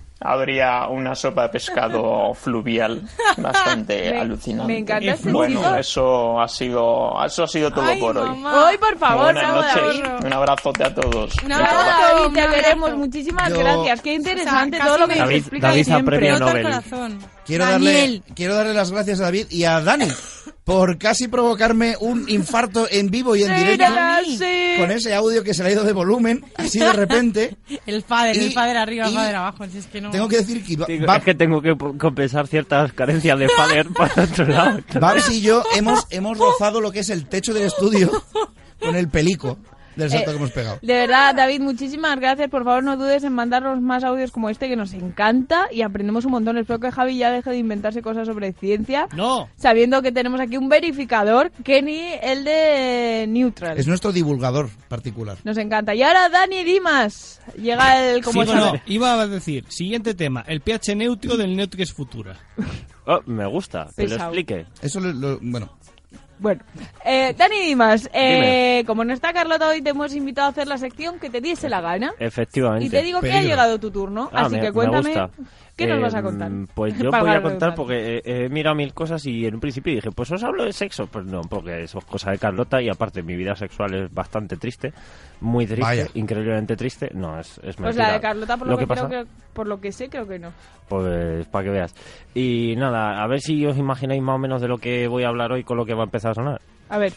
habría una sopa de pescado fluvial bastante Me- alucinante. me encanta este Bueno, chico. eso ha sido eso ha sido todo Ay, por hoy. mamá. Hoy, por favor, Buenas vamos, noches, David. un abrazote a todos. Un Nada, abrazo, David, un te abrazo. queremos. Muchísimas Yo- gracias. Qué interesante O sea, todo lo que casi nos me- explica David a siempre. premio Pelota al Nobel. corazón. Quiero Daniel. darle, quiero darle las gracias a David y a Dani por casi provocarme un infarto en vivo y en Sí, directo nada, sí. con ese audio que se le ha ido de volumen, así de repente. El padre, Y- el padre arriba, el y padre abajo. Si es que no... Tengo que decir que Digo, Bab- Es que tengo que p- compensar ciertas carencias de Fader por otro lado. Babs y yo hemos, hemos rozado lo que es el techo del estudio con el pelico del salto Eh, que hemos pegado. De verdad, David, muchísimas gracias. Por favor, no dudes en mandarnos más audios como este, que nos encanta y aprendemos un montón. Espero que Javi ya deje de inventarse cosas sobre ciencia, No. sabiendo que tenemos aquí un verificador, Kenny, el de Neutral. Es nuestro divulgador particular. Nos encanta. Y ahora Dani Dimas. Llega el... como Sigo, no, sabe- iba a decir, siguiente tema, el pH neutro del Neutris Futura. Oh, me gusta, que lo Pesado. explique. Eso lo, lo- bueno, Bueno, eh, Dani Dimas, eh, como no está Carlota hoy, te hemos invitado a hacer la sección que te diese la gana. Efectivamente. Y te digo que ha Peligro. llegado tu turno, Ah, así me- que me cuéntame, gusta. ¿qué nos Eh, vas a contar? Pues yo Para voy a la contar redundancia. porque he, he mirado mil cosas y en un principio dije, pues os hablo de sexo. Pues no, porque eso es cosa de Carlota y aparte mi vida sexual es bastante triste, muy triste, Vaya. increíblemente triste. No, es, es mentira. Pues la de Carlota, por lo, que, pasa, creo que, por lo que sé, creo que no. pues para que veas. Y nada, a ver si os imagináis más o menos de lo que voy a hablar hoy con lo que va a empezar a sonar. A ver.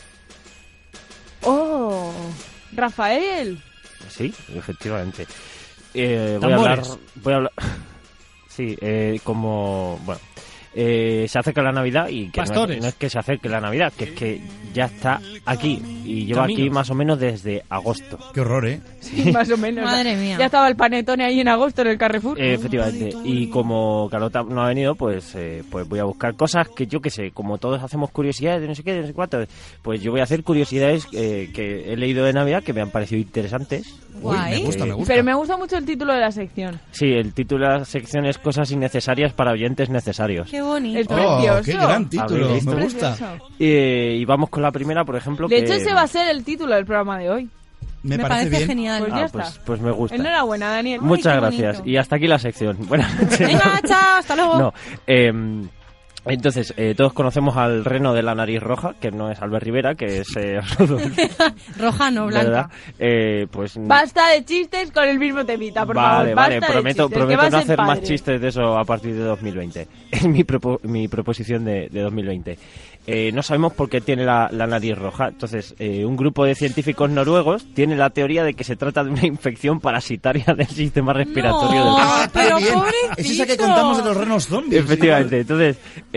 ¡Oh! ¡Rafael! Sí, efectivamente. Eh, voy a hablar. Tambores. Voy a hablar. Sí, eh, como. Bueno. Eh, se acerca la Navidad y que no es, Pastores. no es que se acerque la Navidad, que es que ya está aquí y lleva Caminos. aquí más o menos desde agosto. qué horror, ¿eh? Sí, más o menos. Madre mía. Ya estaba el panetone ahí en agosto en el Carrefour. Eh, efectivamente. Y como Carlota no ha venido, pues eh, pues voy a buscar cosas que yo que sé, como todos hacemos curiosidades de no sé qué, de no sé cuánto, pues yo voy a hacer curiosidades eh, que he leído de Navidad que me han parecido interesantes. Uy, me Guay. gusta, me gusta. Pero me gusta mucho el título de la sección. Sí, el título de la sección es Cosas innecesarias para oyentes necesarios. Qué bonito. Es Oh, precioso. qué gran título, ¿Habéis visto? me gusta. Precioso. Eh, y vamos con la primera, por ejemplo. De que... hecho, ese va a ser el título del programa de hoy. Me, Me parece, parece bien. genial. Pues Ah, ya pues, está. pues me gusta. Enhorabuena, Daniel. Muchas qué gracias. bonito. Y hasta aquí la sección. Buenas noches. Venga, chao, hasta luego. No, eh, entonces, eh, todos conocemos al reno de la nariz roja, que no es Albert Rivera, que es eh, Rodolfo, Roja no, blanca. ¿verdad? Eh, pues Basta de chistes con el mismo temita, por vale, favor. vale, Basta de prometo, chistes, que prometo va a no ser hacer más padre. chistes de eso a partir de dos mil veinte. Es mi, propo- mi proposición de, de dos mil veinte. Eh, no sabemos por qué tiene la, la nariz roja. Entonces, eh, un grupo de científicos noruegos tiene la teoría de que se trata de una infección parasitaria del sistema respiratorio No. del Ah, qué Pero bien. pobrecito. Es esa que contamos de los renos zombies. Efectivamente, entonces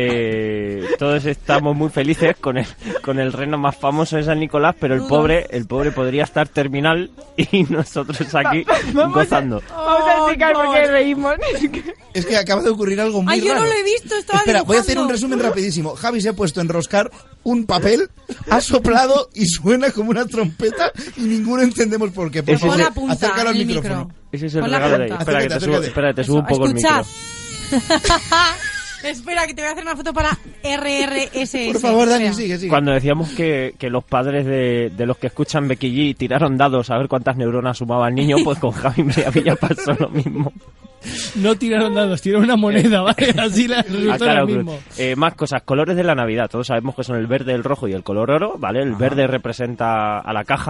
eh, todos estamos muy felices con el, con el reno más famoso de San Nicolás, pero el Rudolf. pobre, el pobre podría estar terminal y nosotros aquí Vamos a- gozando. Vamos a explicar Oh, por qué God. reímos. Es que acaba de ocurrir algo muy Ay, yo raro. no lo he visto, estaba Espera, voy a hacer un dibujando. resumen rapidísimo. Javi se ha puesto a enroscar un papel, ha soplado y suena como una trompeta y ninguno entendemos por qué. Por Ese favor, es Pon la punta acércalo al en el micrófono. micro. Ese es el Pon la regalo de ahí. punta. Espera, que te Acércate, subo, acércate. espera, te subo un poco el Escucha. micro. Espera, que te voy a hacer una foto para R R S S. Por favor, Dani, Espera. sigue, sigue. Cuando decíamos que, que los padres de, de los que escuchan Becky G tiraron dados a ver cuántas neuronas sumaba el niño, pues con Javi Mediavilla pasó lo mismo. No tiraron dados, tiraron una moneda, ¿vale? Así la Ah, resultó claro, lo mismo. eh, más cosas, colores de la Navidad. Todos sabemos que son el verde, el rojo y el color oro, ¿vale? El verde representa a la caja,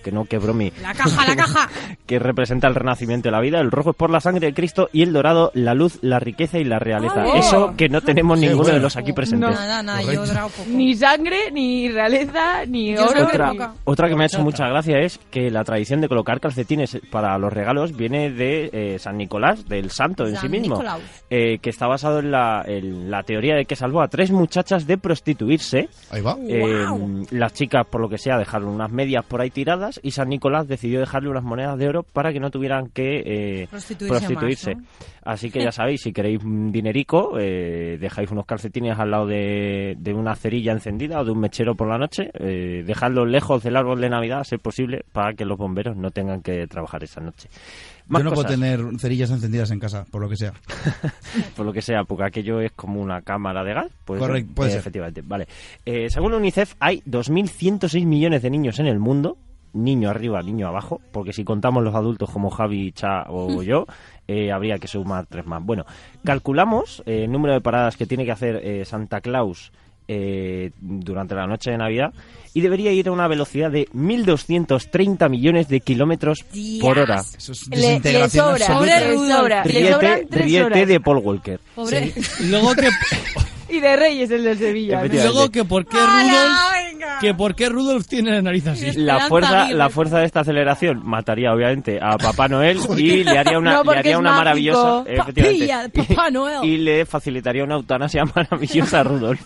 que no que bromi. La caja, la caja. Que representa el renacimiento de la vida. El rojo es por la sangre de Cristo y el dorado la luz, la riqueza y la realeza. Oh. Eso que no tenemos Sí, ninguno bueno. de los aquí presentes. No. Nada, nada, yo he dorado poco. Ni sangre, ni realeza, ni Yo oro. soy Otra, ni- otra que me ha hecho mucha gracia es que la tradición de colocar calcetines para los regalos viene de eh, San Nicolás, del santo en San sí mismo, Nicolaus. eh, que está basado en la, en la teoría de que salvó a tres muchachas de prostituirse. Ahí va. Eh, las chicas, por lo que sea, dejaron unas medias por ahí tiradas y San Nicolás decidió dejarle unas monedas de oro para que no tuvieran que eh, Prostituirse prostituirse. más, ¿no? Así que ya sabéis, si queréis un dinerico, eh, dejáis unos calcetines al lado de, de una cerilla encendida o de un mechero por la noche, eh, dejadlos lejos del árbol de Navidad, a ser posible, para que los bomberos no tengan que trabajar esa noche. Más Yo no puedo cosas, tener cerillas encendidas en casa, por lo que sea. por lo que sea, porque aquello es como una cámara de gas. Pues, Correcto, puede eh, ser. Efectivamente, vale. Eh, según UNICEF, hay dos mil ciento seis millones de niños en el mundo, niño arriba, niño abajo, porque si contamos los adultos como Javi, Cha o yo, eh, habría que sumar tres más. Bueno, calculamos eh, el número de paradas que tiene que hacer eh, Santa Claus eh, durante la noche de Navidad y debería ir a una velocidad de mil doscientos treinta millones de kilómetros por hora. Eso es Le, le desintegración sobra, absoluta. le sobra, le sobran Ríete, tres ríete horas. de Paul Walker. Pobre. Luego que, Y de Reyes el de Sevilla. ¿no? Efectivamente. luego que por qué ¡Hala, Rudolf, venga! que por qué Rudolf tiene la nariz así. La Esperanza fuerza, Aguirre. la fuerza de esta aceleración mataría obviamente a Papá Noel y le haría una, No, le porque haría es una mágico. maravillosa, efectivamente, Papilla de Papá Noel. y le facilitaría una eutanasia maravillosa a Rudolf.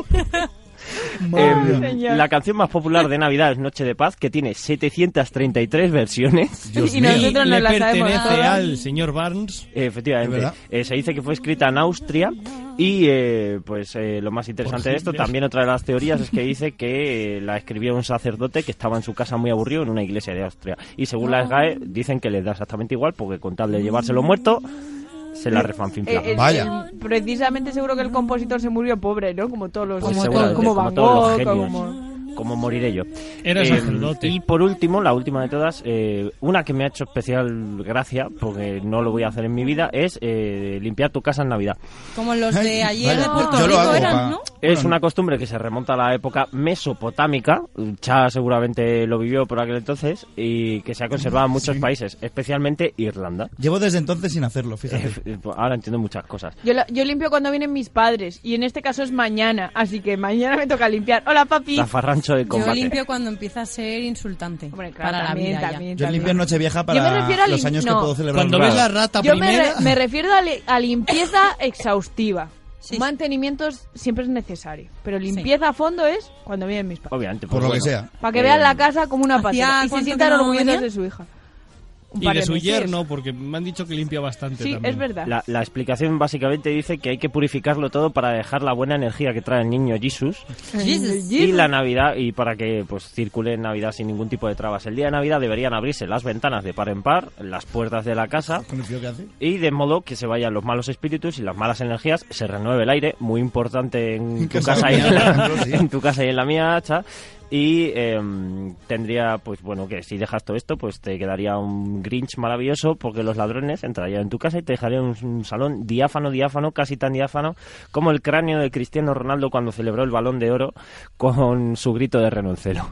Madre Em, mía. señor. la canción más popular de Navidad es Noche de Paz, que tiene setecientas treinta y tres versiones. Dios Y mío. nosotros no Le la sabemos pertenece todas. al señor Barnes. Efectivamente, ¿Es verdad? Eh, se dice que fue escrita en Austria y eh, pues eh, lo más interesante de esto, Hitler. también otra de las teorías es que dice que eh, la escribió un sacerdote que estaba en su casa muy aburrido en una iglesia de Austria y según la S G A E dicen que les da exactamente igual porque con tal de llevárselo muerto se la refanfinfla. Eh, eh, Vaya. eh, precisamente seguro que el compositor se murió pobre, ¿no? Como todos los... Pues como, seguramente, como como Van todos los Gogh, genios. como... Como moriré yo. Era Eh, sacerdote. Y por último, la última de todas, eh, una que me ha hecho especial gracia, porque no lo voy a hacer en mi vida, es eh, limpiar tu casa en Navidad. Como los de Ay, ayer vale. de Puerto Yo lo Rico hago eran, pa- ¿no? Es Bueno, una costumbre que se remonta a la época mesopotámica, Cha seguramente lo vivió por aquel entonces, y que se ha conservado en muchos países, especialmente Irlanda. Llevo desde entonces sin hacerlo, fíjate. Eh, Ahora entiendo muchas cosas. Yo, lo- yo limpio cuando vienen mis padres y en este caso es mañana, así que mañana me toca limpiar. Hola, papi. Zafarrancho de Yo combate. limpio cuando empieza a ser insultante. Hombre, claro, para también, la vida ya. también, Yo también. limpio en Nochevieja Yo me para refiero a los lim- años no. que puedo celebrar. Cuando en ves casa. la rata Yo me, primera... re- me refiero a, li- a limpieza exhaustiva. Sí, sí. Mantenimiento es- siempre es necesario, pero limpieza a fondo es cuando vienen mis padres. Obviamente. Por pues lo bueno. que sea. Para que Eh, vean la casa como una ¿hacía patera y se cuánto sientan que no orgullosos venían? de su hija. Un Y par de su meses. yerno, porque me han dicho que limpia bastante Sí, también. es verdad. La, la explicación básicamente dice que hay que purificarlo todo para dejar la buena energía que trae el niño Jesus Jesus. y la Navidad y para que pues circule en Navidad sin ningún tipo de trabas. El día de Navidad deberían abrirse las ventanas de par en par, las puertas de la casa Con el frío que hace. y de modo que se vayan los malos espíritus y las malas energías, se renueve el aire, muy importante en tu Casa casa y mía, en por la, ejemplo, sí. en tu casa y en la mía, Cha. Y em, tendría, pues bueno, que si dejas todo esto, pues te quedaría un Grinch maravilloso porque los ladrones entrarían en tu casa y te dejarían un, un salón diáfano, diáfano, casi tan diáfano como el cráneo de Cristiano Ronaldo cuando celebró el Balón de Oro con su grito de renoncelo.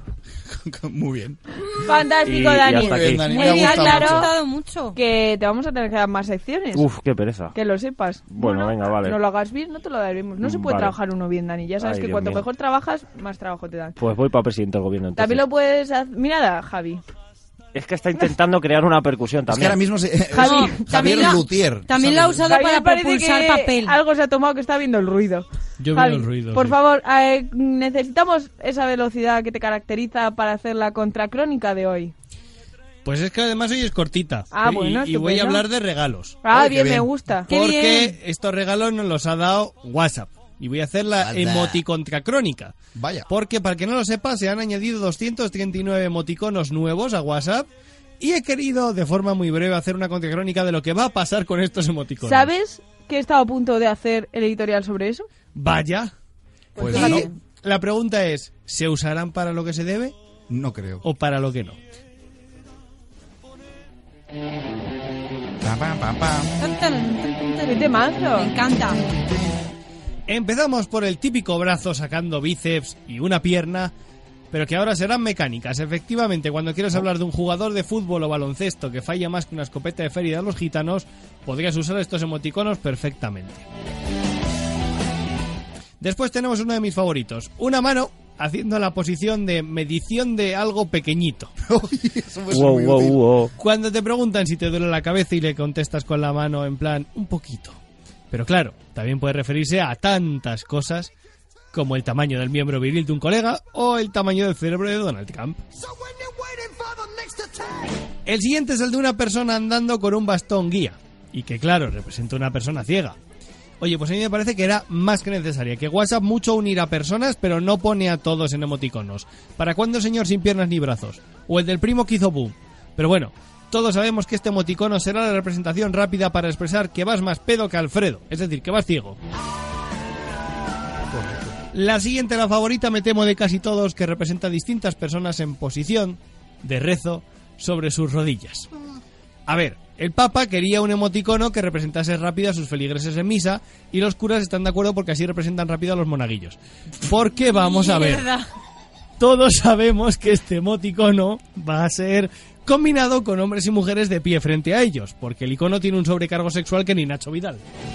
Muy bien. Fantástico, Y- y Dani. hasta aquí. Muy bien, Dani. Muy Me ha bien, gustado claro. Me ha mucho. gustado mucho. Que te vamos a tener que dar más secciones. Uf, qué pereza. Que lo sepas. Bueno, venga, vale. No lo hagas bien, no te lo daremos. No se puede Vale. trabajar uno bien, Dani. Ya sabes Ay, que Dios cuanto mío. mejor trabajas, más trabajo te dan. Pues voy para presidente del gobierno entonces. También lo puedes hacer... Mira, Javi. Es que está intentando crear una percusión Es que también. ahora mismo se... Javi, Javier también la- Luthier. También lo ha usado Javi, para me parece propulsar que papel. algo se ha tomado que está viendo el ruido. Yo Javi, veo el ruido. por sí. favor, eh, necesitamos esa velocidad que te caracteriza para hacer la contracrónica de hoy. Pues es que además hoy es cortita. Ah, Y- bueno, y, voy a estupendo. hablar de regalos. Ah, Ay, qué bien, me bien. gusta. ¡Qué Porque bien! estos regalos nos los ha dado WhatsApp. Y voy a hacer la Anda. emoticontacrónica. Vaya. Porque, para el que no lo sepa, se han añadido doscientos treinta y nueve emoticonos nuevos a WhatsApp. Y he querido, de forma muy breve, hacer una contracrónica de lo que va a pasar con estos emoticonos. ¿Sabes que he estado a punto de hacer el editorial sobre eso? Vaya. Pues fíjate. no, La pregunta es, ¿se usarán para lo que se debe no creo. o para lo que no? Pam, pam, pam, pam. Tan, tan, tan, tan, tan. ¡Qué temazo! Me encanta. Empezamos por el típico brazo sacando bíceps y una pierna pero que ahora serán mecánicas. Efectivamente, cuando quieras hablar de un jugador de fútbol o baloncesto que falla más que una escopeta de feria de los gitanos, podrías usar estos emoticonos perfectamente. Después tenemos uno de mis favoritos, una mano haciendo la posición de medición de algo pequeñito. wow, wow, wow. Cuando te preguntan si te duele la cabeza y le contestas con la mano en plan, un poquito. Pero claro, también puede referirse a tantas cosas como el tamaño del miembro viril de un colega o el tamaño del cerebro de Donald Trump. El siguiente es el de una persona andando con un bastón guía, y que claro, representa una persona ciega. Oye, pues a mí me parece que era más que necesaria, que WhatsApp mucho unir a personas, pero no pone a todos en emoticonos. ¿Para cuándo el señor sin piernas ni brazos? O el del primo que hizo boom. Pero bueno, todos sabemos que este emoticono será la representación rápida para expresar que vas más pedo que Alfredo, es decir, que vas ciego. La siguiente, la favorita, me temo de casi todos, que representa a distintas personas en posición de rezo sobre sus rodillas. A ver, el Papa quería un emoticono que representase rápido a sus feligreses en misa, y los curas están de acuerdo porque así representan rápido a los monaguillos. Porque vamos a ver, todos sabemos que este emoticono va a ser combinado con hombres y mujeres de pie frente a ellos, porque el icono tiene un sobrecargo sexual que ni Nacho Vidal.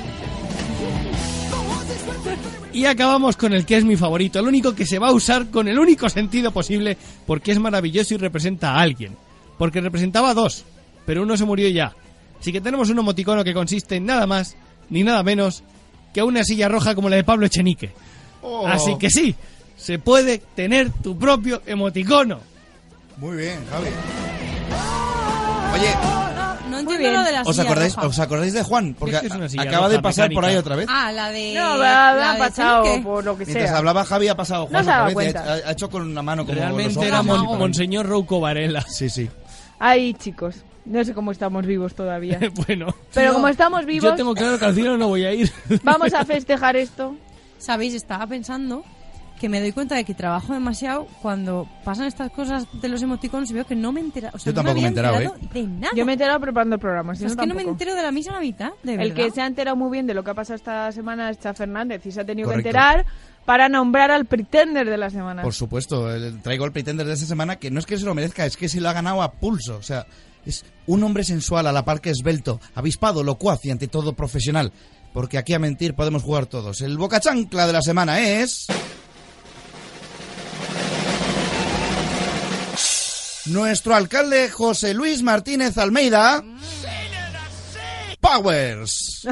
Y acabamos con el que es mi favorito, el único que se va a usar con el único sentido posible, porque es maravilloso y representa a alguien. Porque representaba a dos, pero uno se murió ya. Así que tenemos un emoticono que consiste en nada más, ni nada menos, que una silla roja como la de Pablo Echenique. Oh. Así que sí, se puede tener tu propio emoticono. Muy bien, Javi. Oye... No entiendo lo de la ¿Os silla acordáis, roja. ¿Os acordáis de Juan? Porque es que es acaba de pasar mecánica. por ahí otra vez. Ah, la de... No, la, la la ha de pasado Chenique. por lo que Mientras sea. hablaba Javi ha pasado No Juan se ha dado otra vez y cuenta. ha, ha hecho con una mano como Realmente los era ojos. Mon- Monseñor Rouco Varela. Sí, sí. Ay, chicos, no sé cómo estamos vivos todavía. Bueno, Pero Yo- como estamos vivos, yo tengo claro que al cielo no voy a ir. vamos a festejar esto. ¿Sabéis? Estaba pensando que me doy cuenta de que trabajo demasiado cuando pasan estas cosas de los emoticonos y veo que no me he enterado. O sea, Yo tampoco no me he enterado, enterado de nada. Yo me he enterado preparando el programa. O Si sea, no, es que no me tampoco. entero de la misa a la mitad, de verdad. El que se ha enterado muy bien de lo que ha pasado esta semana es Cha Fernández y se ha tenido Correcto. que enterar para nombrar al pretender de la semana. Por supuesto, el- traigo el pretender de esta semana que no es que se lo merezca, es que se lo ha ganado a pulso. O sea, es un hombre sensual a la par que esbelto, avispado, locuaz y ante todo profesional. Porque aquí a mentir podemos jugar todos. El bocachancla de la semana es... nuestro alcalde José Luis Martínez Almeida. Powers.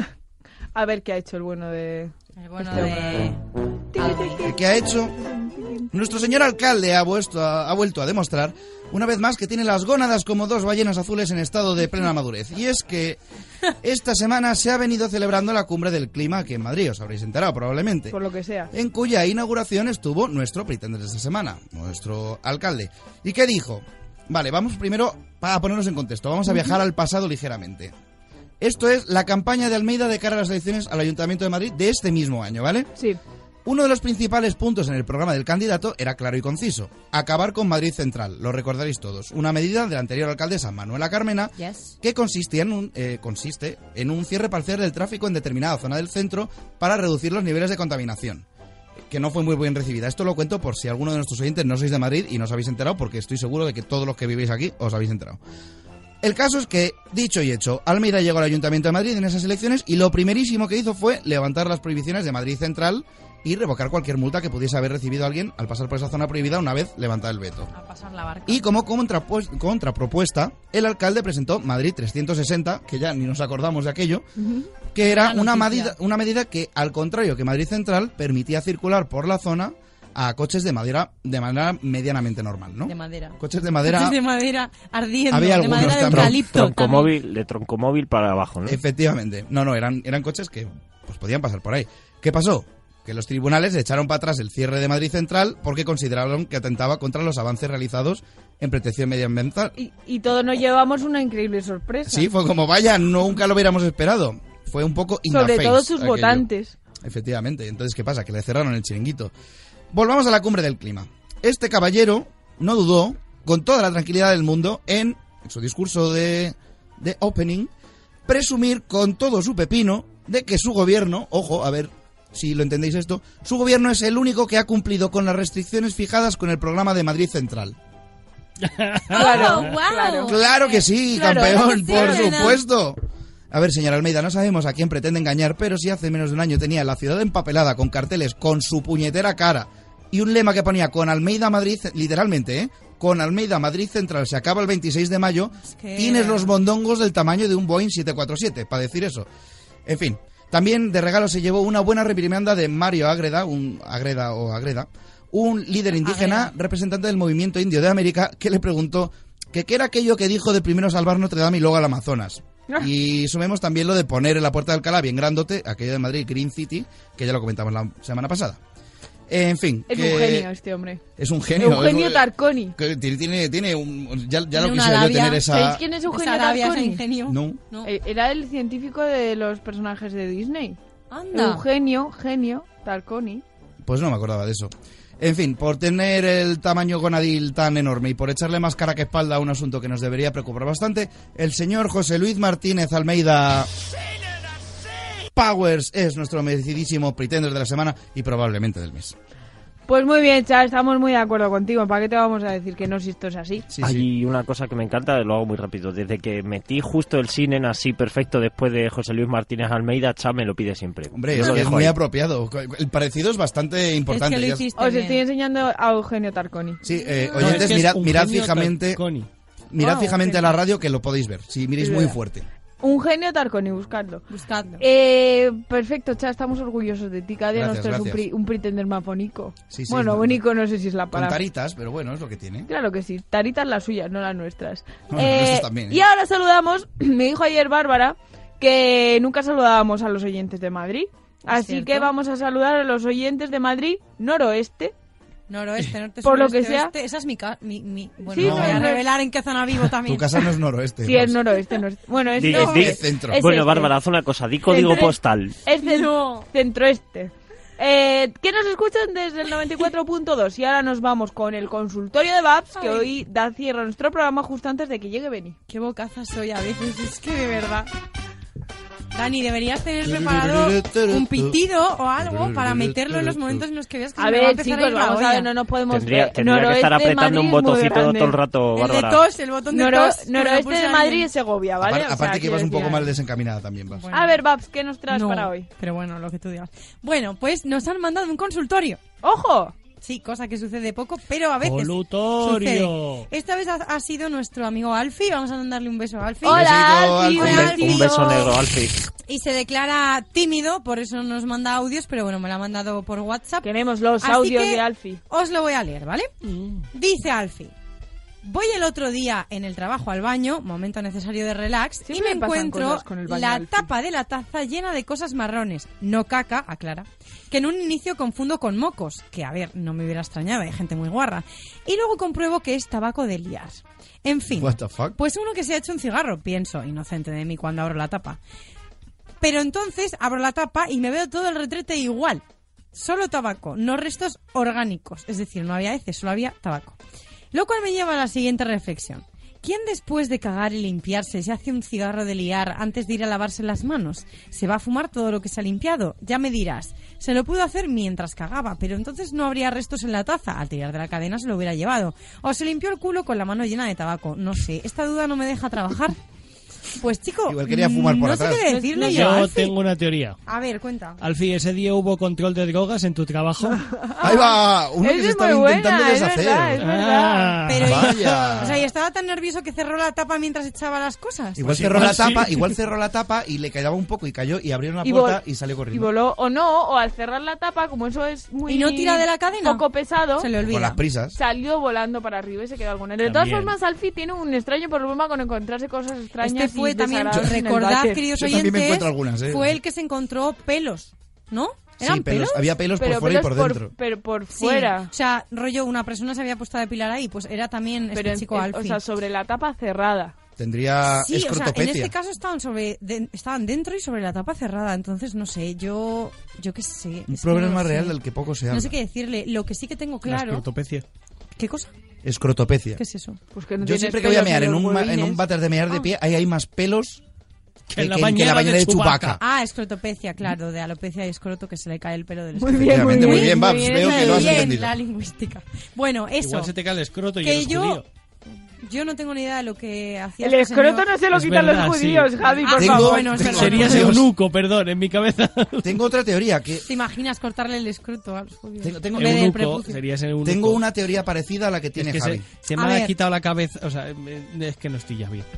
A ver qué ha hecho el bueno de... El bueno este de... hombre. El que ha hecho... Nuestro señor alcalde ha, vuesto a- ha vuelto a demostrar una vez más que tiene las gónadas como dos ballenas azules en estado de plena madurez. Y es que esta semana se ha venido celebrando la cumbre del clima aquí en Madrid, os habréis enterado probablemente. Por lo que sea. En cuya inauguración estuvo nuestro pretender de esta semana, nuestro alcalde. ¿Y qué dijo? Vale, vamos primero para ponernos en contexto, vamos a viajar al pasado ligeramente. Esto es la campaña de Almeida de cara a las elecciones al Ayuntamiento de Madrid de este mismo año, ¿vale? Sí. Uno de los principales puntos en el programa del candidato era claro y conciso: acabar con Madrid Central, lo recordaréis todos. Una medida de la anterior alcaldesa Manuela Carmena Yes. que consistía en un, eh, consiste en un cierre parcial del tráfico en determinada zona del centro para reducir los niveles de contaminación, que no fue muy bien recibida. Esto lo cuento por si alguno de nuestros oyentes no sois de Madrid y no os habéis enterado, porque estoy seguro de que todos los que vivís aquí os habéis enterado. El caso es que, dicho y hecho, Almeida llegó al Ayuntamiento de Madrid en esas elecciones y lo primerísimo que hizo fue levantar las prohibiciones de Madrid Central y revocar cualquier multa que pudiese haber recibido alguien al pasar por esa zona prohibida una vez levantado el veto. A pasar la barca. Y como contrapues- contrapropuesta, el alcalde presentó Madrid trescientos sesenta, que ya ni nos acordamos de aquello, que era Buena una noticia. medida, una medida que, al contrario que Madrid Central, permitía circular por la zona a coches de madera de manera medianamente normal, ¿no? De madera. Coches de madera... Coches de madera ardiendo. Había de algunos madera de también. eucalipto. también. Troncomóvil, de troncomóvil para abajo, ¿no? Efectivamente. No, no, eran, eran coches que pues podían pasar por ahí. ¿Qué pasó? Que los tribunales echaron para atrás el cierre de Madrid Central porque consideraron que atentaba contra los avances realizados en protección medioambiental. Y, y todos nos llevamos una increíble sorpresa. Sí, fue como, vaya, nunca lo hubiéramos esperado. Fue un poco in the Sobre face todo sus aquello. votantes. Efectivamente. Entonces, ¿qué pasa? Que le cerraron el chiringuito. Volvamos a la cumbre del clima. Este caballero no dudó, con toda la tranquilidad del mundo, en, en su discurso de, de opening, presumir con todo su pepino de que su gobierno, ojo, a ver, si lo entendéis esto, su gobierno es el único que ha cumplido con las restricciones fijadas con el programa de Madrid Central. Claro, Oh, wow. claro. Claro que sí, Claro, campeón, sí, por Elena. supuesto. A ver, señor Almeida, no sabemos a quién pretende engañar, pero si hace menos de un año tenía la ciudad empapelada con carteles con su puñetera cara y un lema que ponía con Almeida Madrid, literalmente, ¿eh? Con Almeida Madrid Central se acaba el veintiséis de mayo, Es que- tienes los mondongos del tamaño de un Boeing siete cuatro siete, para decir eso. En fin, también de regalo se llevó una buena reprimenda de Mario Agreda, un Agreda o Agreda, un líder indígena, Agreda. representante del movimiento indio de América, que le preguntó que qué era aquello que dijo de primero salvar Notre Dame y luego al Amazonas. Y sumemos también lo de poner en la Puerta de Alcalá bien grandote, aquello de Madrid, Green City, que ya lo comentamos la semana pasada. En fin. Es que un genio este hombre. Es un genio. Eugenio es- Tarconi. que tiene, tiene, tiene un... Ya, ya Tiene lo una quisiera yo labia. tener esa... ¿Sabéis quién es Eugenio Esa rabia, ese Tarconi? ingenio. No. No. Eh, Era el científico de los personajes de Disney. Anda. Eugenio, genio, Tarconi. Pues no me acordaba de eso. En fin, por tener el tamaño gonadil tan enorme y por echarle más cara que espalda a un asunto que nos debería preocupar bastante, el señor José Luis Martínez Almeida Powers es nuestro merecidísimo pretender de la semana y probablemente del mes. Pues muy bien, Char, estamos muy de acuerdo contigo. ¿Para qué te vamos a decir que no si esto es así? Sí, Hay sí. una cosa que me encanta, lo hago muy rápido. Desde que metí justo el Sinen así perfecto después de José Luis Martínez Almeida, Cha me lo pide siempre. Hombre, Yo es lo que es dejo muy ahí. apropiado. El parecido es bastante importante. Es que lo Ya- hiciste Os bien. estoy enseñando a Eugenio Tarconi. Sí, eh, No, oyentes, es que es mirad, un mirad genio fijamente, Tarconi. mirad Wow, fijamente qué a la bien. radio que lo podéis ver. Si miréis Es muy verdad. fuerte. Un genio Tarconi, buscadlo. Buscadlo. Eh, perfecto, Cha, estamos orgullosos de ti. Cada día Gracias, nos traes un, gracias. pri- un pretender más bonito. Sí, sí, bueno, no, bonito no sé si es la Con palabra. taritas, pero bueno, es lo que tiene. Claro que sí, taritas las suyas, no las nuestras. No, las nuestras también, ¿eh? Y ahora saludamos, me dijo ayer Bárbara, que nunca saludábamos a los oyentes de Madrid. Así cierto. que vamos a saludar a los oyentes de Madrid noroeste. Noroeste, norte, Por lo sureste, que sea. oeste. Esa es mi casa. Mi, mi- Bueno, Sí, no voy a no, no. revelar en qué zona vivo también. Tu casa no es noroeste. Sí, es Ros. noroeste. no es- Bueno, es, Di- no, di- es centro. es bueno, este. Bárbara, haz una cosa, di código Centro- postal. Es cen- No. centroeste. Eh, que nos escuchan desde el noventa y cuatro punto dos. Y ahora nos vamos con el consultorio de Babs, que Ay. hoy da cierre a nuestro programa justo antes de que llegue Beni. Qué bocaza soy a veces, es que de verdad. Dani, deberías tener preparado un pitido o algo para meterlo en los momentos en los que veas que A se me va ver, empezar chicos, ir la vamos a olla. ver, no nos podemos... Tendría, eh, tendría que estar noroeste de apretando un Madrid es muy botoncito grande. todo el rato, El de Bárbara. tos, el botón de Noro- tos. que me lo noroeste puse de a Madrid alguien. es Segovia, ¿vale? Aparte, O sea, aparte que quiero vas un decir poco algo. mal desencaminada también, vas. Bueno. A ver, Babs, ¿qué nos traes No, para hoy? pero bueno, lo que tú digas. Bueno, pues nos han mandado un consultorio. ¡Ojo! Sí, cosa que sucede poco, pero a veces Colutorio. sucede. Esta vez ha, ha sido nuestro amigo Alfie. Vamos a mandarle un beso a Alfie. Hola, besito, Alfie, Alfie. Un, hola, be- un beso Alfie. negro, Alfie. Y se declara tímido, por eso nos manda audios, pero bueno, me lo ha mandado por WhatsApp. Queremos los Así audios que de Alfie. Os lo voy a leer, ¿vale? Dice Alfie. Voy el otro día en el trabajo al baño, momento necesario de relax, Siempre y me me pasan encuentro cosas con el baño, la Alfie. tapa de la taza llena de cosas marrones, no caca, aclara, que en un inicio confundo con mocos, que a ver, no me hubiera extrañado, hay gente muy guarra, y luego compruebo que es tabaco de liar. En fin, What the fuck? pues uno que se ha hecho un cigarro, pienso, inocente de mí cuando abro la tapa. Pero entonces abro la tapa y me veo todo el retrete igual. Solo tabaco, no restos orgánicos. Es decir, no había heces, solo había tabaco. Lo cual me lleva a la siguiente reflexión. ¿Quién después de cagar y limpiarse se hace un cigarro de liar antes de ir a lavarse las manos? ¿Se va a fumar todo lo que se ha limpiado? Ya me dirás, se lo pudo hacer mientras cagaba, pero entonces no habría restos en la taza. Al tirar de la cadena se lo hubiera llevado. O se limpió el culo con la mano llena de tabaco. No sé, esta duda no me deja trabajar. Pues chico, Igual quería fumar por no atrás. sé qué decirle yo, Yo Alfie. tengo una teoría. A ver, cuenta. Alfie, ¿ese día hubo control de drogas en tu trabajo? Ahí va, uno que Esa se es estaba muy buena, intentando es deshacer. verdad, es verdad. Ah, Pero, Vaya. o sea, y estaba tan nervioso que cerró la tapa mientras echaba las cosas. Igual Pues cerró igual la tapa, sí. igual cerró la tapa y le quedaba un poco y cayó y abrieron la Y puerta vol- y salió Y corriendo. voló, o no, o al cerrar la tapa, como eso es muy... ¿Y no tira de la cadena? Poco pesado, Se le Con olvida. las prisas. salió volando para arriba y se quedó alguna. De También. todas formas, Alfie tiene un extraño problema con encontrarse cosas extrañas Este fue y también, desagradables en el recordad, váter. queridos Yo también me oyentes, encuentro algunas, ¿eh? fue el que se encontró pelos, ¿no? ¿Eran Sí, pelos, había pelos por Pero fuera y pelos por dentro. pero por Sí, fuera. o sea, rollo, una persona se había puesto a depilar ahí, pues era también Pero este en- chico en- Alfie. o sea, sobre la tapa cerrada. Tendría Sí, o sea, en escrotopecia. este caso estaban sobre de- estaban dentro y sobre la tapa cerrada, entonces no sé, yo yo qué sé. Un es que problema no lo real sé. del que poco se habla. No sé qué decirle, lo que sí que tengo la claro. escrotopecia. ¿Qué cosa? Escrotopecia. ¿Qué es eso? Pues que no Yo tienes siempre que voy a pelos mear en los un, ma- en huevines. un váter de mear de Ah. pie, ahí hay más pelos Que, en la, que, bañera que la bañera de, de Chewbacca. Ah, escrotopecia, claro, de alopecia y escroto que se le cae el pelo del escroto. Muy bien, muy bien, muy bien, Babs, veo que lo has entendido. La lingüística. Bueno, eso. Igual se te cae el escroto y que eres yo, judío. Yo no tengo ni idea de lo que hacía El este escroto señor. no se lo Es quitan verdad, los judíos, sí. Javi, por Ah, tengo, favor. bueno, es verdad. Serías eunuco, perdón, en mi cabeza. Tengo otra teoría que... ¿Te imaginas cortarle el escroto a los judíos? Tengo, tengo, En vez del Eunuco, prepucio. serías eunuco. tengo una teoría parecida a la que tiene es que Javi. se, se A me ha ver. quitado la cabeza, o sea, es que no estoy ya bien.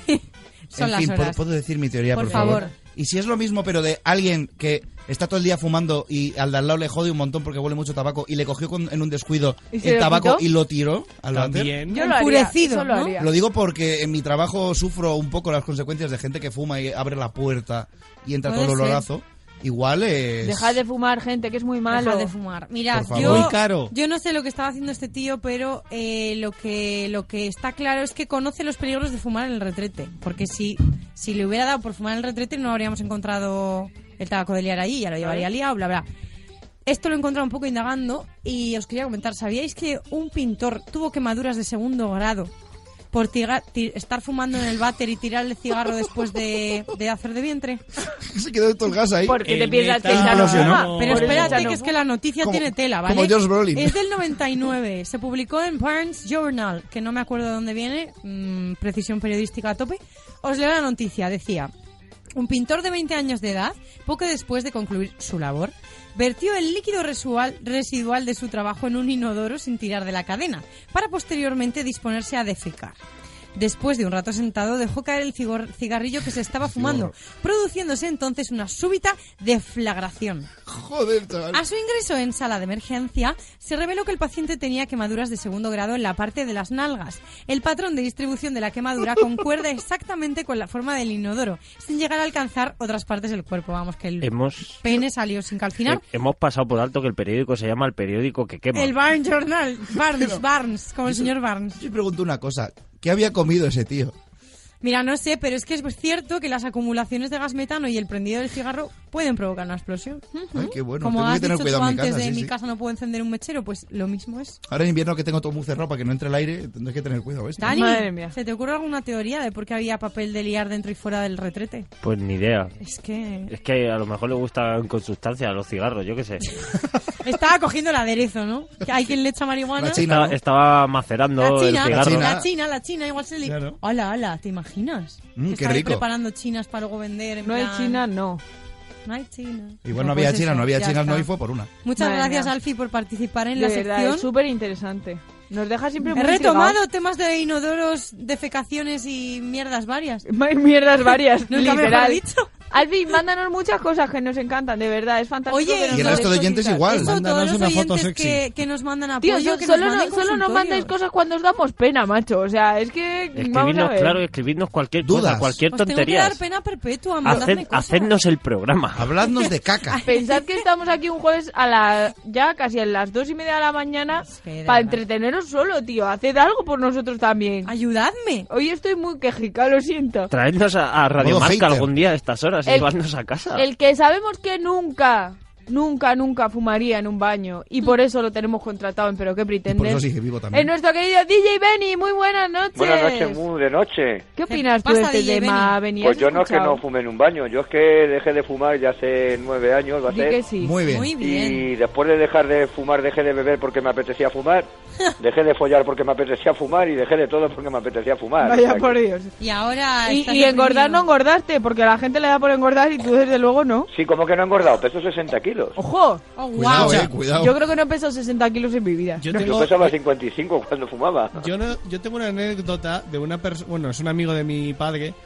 Son en las fin, ¿puedo, horas. puedo decir mi teoría, por, Por favor. Y si es lo mismo, pero de alguien que está todo el día fumando y al de al lado le jode un montón porque huele mucho tabaco y le cogió con- en un descuido ¿Y se el lo tabaco quitó? y lo tiró al váter. También. Yo lo haría, Enfurecido, eso lo ¿no? haría. Lo digo porque en mi trabajo sufro un poco las consecuencias de gente que fuma y abre la puerta y entra Puede todo el ser. olorazo. Igual es... Dejad de fumar, gente, que es muy malo. Deja de fumar. Mira, Por favor. yo, Muy caro. yo no sé lo que estaba haciendo este tío, pero eh, lo que lo que está claro es que conoce los peligros de fumar en el retrete. Porque si, si le hubiera dado por fumar en el retrete, no habríamos encontrado el tabaco de liar allí, ya lo llevaría liado, bla, bla. Esto lo he encontrado un poco indagando y os quería comentar. ¿Sabíais que un pintor tuvo quemaduras de segundo grado por tiga- ti- estar fumando en el váter y tirar el cigarro después de, de hacer de vientre? Se quedó todo el gas ahí. ¿Por qué te El piensas que metal ya no implosionó. fuma? Pero Por eso espérate, ya no que es que fuma. la noticia Como- tiene tela, ¿vale? como Josh Brolin. Es del noventa y nueve. Se publicó en Barnes Journal, que no me acuerdo de dónde viene, mmm, precisión periodística a tope. Os leo la noticia. Decía: un pintor de veinte años de edad, poco después de concluir su labor, vertió el líquido residual, residual de su trabajo en un inodoro sin tirar de la cadena, para posteriormente disponerse a defecar. Después de un rato sentado, dejó caer el cigor- cigarrillo que se estaba fumando, produciéndose entonces una súbita deflagración. Joder, chaval. A su ingreso en sala de emergencia, se reveló que el paciente tenía quemaduras de segundo grado en la parte de las nalgas. El patrón de distribución de la quemadura concuerda exactamente con la forma del inodoro, sin llegar a alcanzar otras partes del cuerpo. Vamos, que el Hemos, pene salió sin calcinar. he- hemos pasado por alto que el periódico se llama el periódico que quema. El Barnes Journal, Barnes, Barnes, como el señor Barnes. Yo pregunto una cosa. ¿Qué había comido ese tío? Mira, no sé, pero es que es cierto que las acumulaciones de gas metano y el prendido del cigarro pueden provocar una explosión. Ay, qué bueno. Como Tengo has que tener dicho cuidado tú en mi antes casa. de sí, en mi sí. casa no puedo encender un mechero, pues lo mismo es. Ahora en invierno que tengo todo muy cerrado para que no entre el aire, tendré que tener cuidado. ¿ves? Dani, Madre mía. ¿se te ocurre alguna teoría de por qué había papel de liar dentro y fuera del retrete? Pues ni idea. Es que Es que a lo mejor le gustan con sustancia a los cigarros, yo qué sé. estaba cogiendo el aderezo, ¿no? Que hay quien le echa marihuana. La china, Estaba, ¿no? estaba macerando La el china, cigarro. china. la china, la china, igual se le... Claro. Hola, hola, ¿te imaginas? Mm, Que qué está ahí rico. preparando chinas para luego vender. En No hay plan, China, no. No hay China. Igual No, no había pues China, eso, no había ya China, no está. y fue por una. Muchas Madre gracias, mía. Alfie, por participar en De la verdad, sección. es súper interesante. Nos deja siempre He muy retomado intrigados. temas de inodoros, defecaciones y mierdas varias. Hay mierdas varias, Nunca mejor literal. dicho. Alfie, mándanos muchas cosas que nos encantan, de verdad, es fantástico. Oye, que nos Y el mandéis resto de oyentes cositas. igual. Eso, Mándanos todos los una foto oyentes sexy. que, que nos mandan Tío, apoyo, yo- que solo, nos no, manden solo nos mandéis consultorios. cosas cuando os damos pena, macho. O sea, es que vamos a Escribidnos, ver. claro, escribidnos cualquier Dudas. cosa, cualquier Os tengo que tontería. dar pena perpetua, mandadme Haced, cosas. hacednos el programa. Habladnos de caca. Pensad que estamos aquí un jueves a la ya casi a las dos y media de la mañana que de para verdad. entreteneros solo, tío. Haced algo por nosotros también. Ayudadme. Hoy estoy muy quejica, lo siento. Traednos a, a Radio Modo Marca hater. algún día a estas horas y El- llevadnos a casa. El que sabemos que nunca, nunca, nunca fumaría en un baño y por eso lo tenemos contratado en Pero qué Y por pretende. eso sigue vivo también. Es nuestro querido D J Benny. Muy buenas noches. Buenas noches, muy de noche. ¿Qué opinas tú pasa, de este D J tema, Benny? Benny? Pues ¿Has yo no es que escuchado? no fume en un baño, yo es que dejé de fumar ya hace nueve años, va a Di ser. que sí. Muy bien. Muy bien. Y después de dejar de fumar dejé de beber porque me apetecía fumar, dejé de follar porque me apetecía fumar y dejé de todo porque me apetecía fumar. O Vaya sea por que- Dios. Y ahora Y, estás y engordar no deprimido. engordaste, porque a la gente le da por engordar y tú desde luego no. Sí, como que no he engordado, peso sesenta kilos. ¡Ojo! Oh, Cuidado, wow. eh, cuidado. Yo creo que no he pesado sesenta kilos en mi vida. Yo No. tengo- Yo pesaba cincuenta y cinco cuando fumaba. Yo, no, yo tengo una anécdota de una persona, bueno, es un amigo de mi padre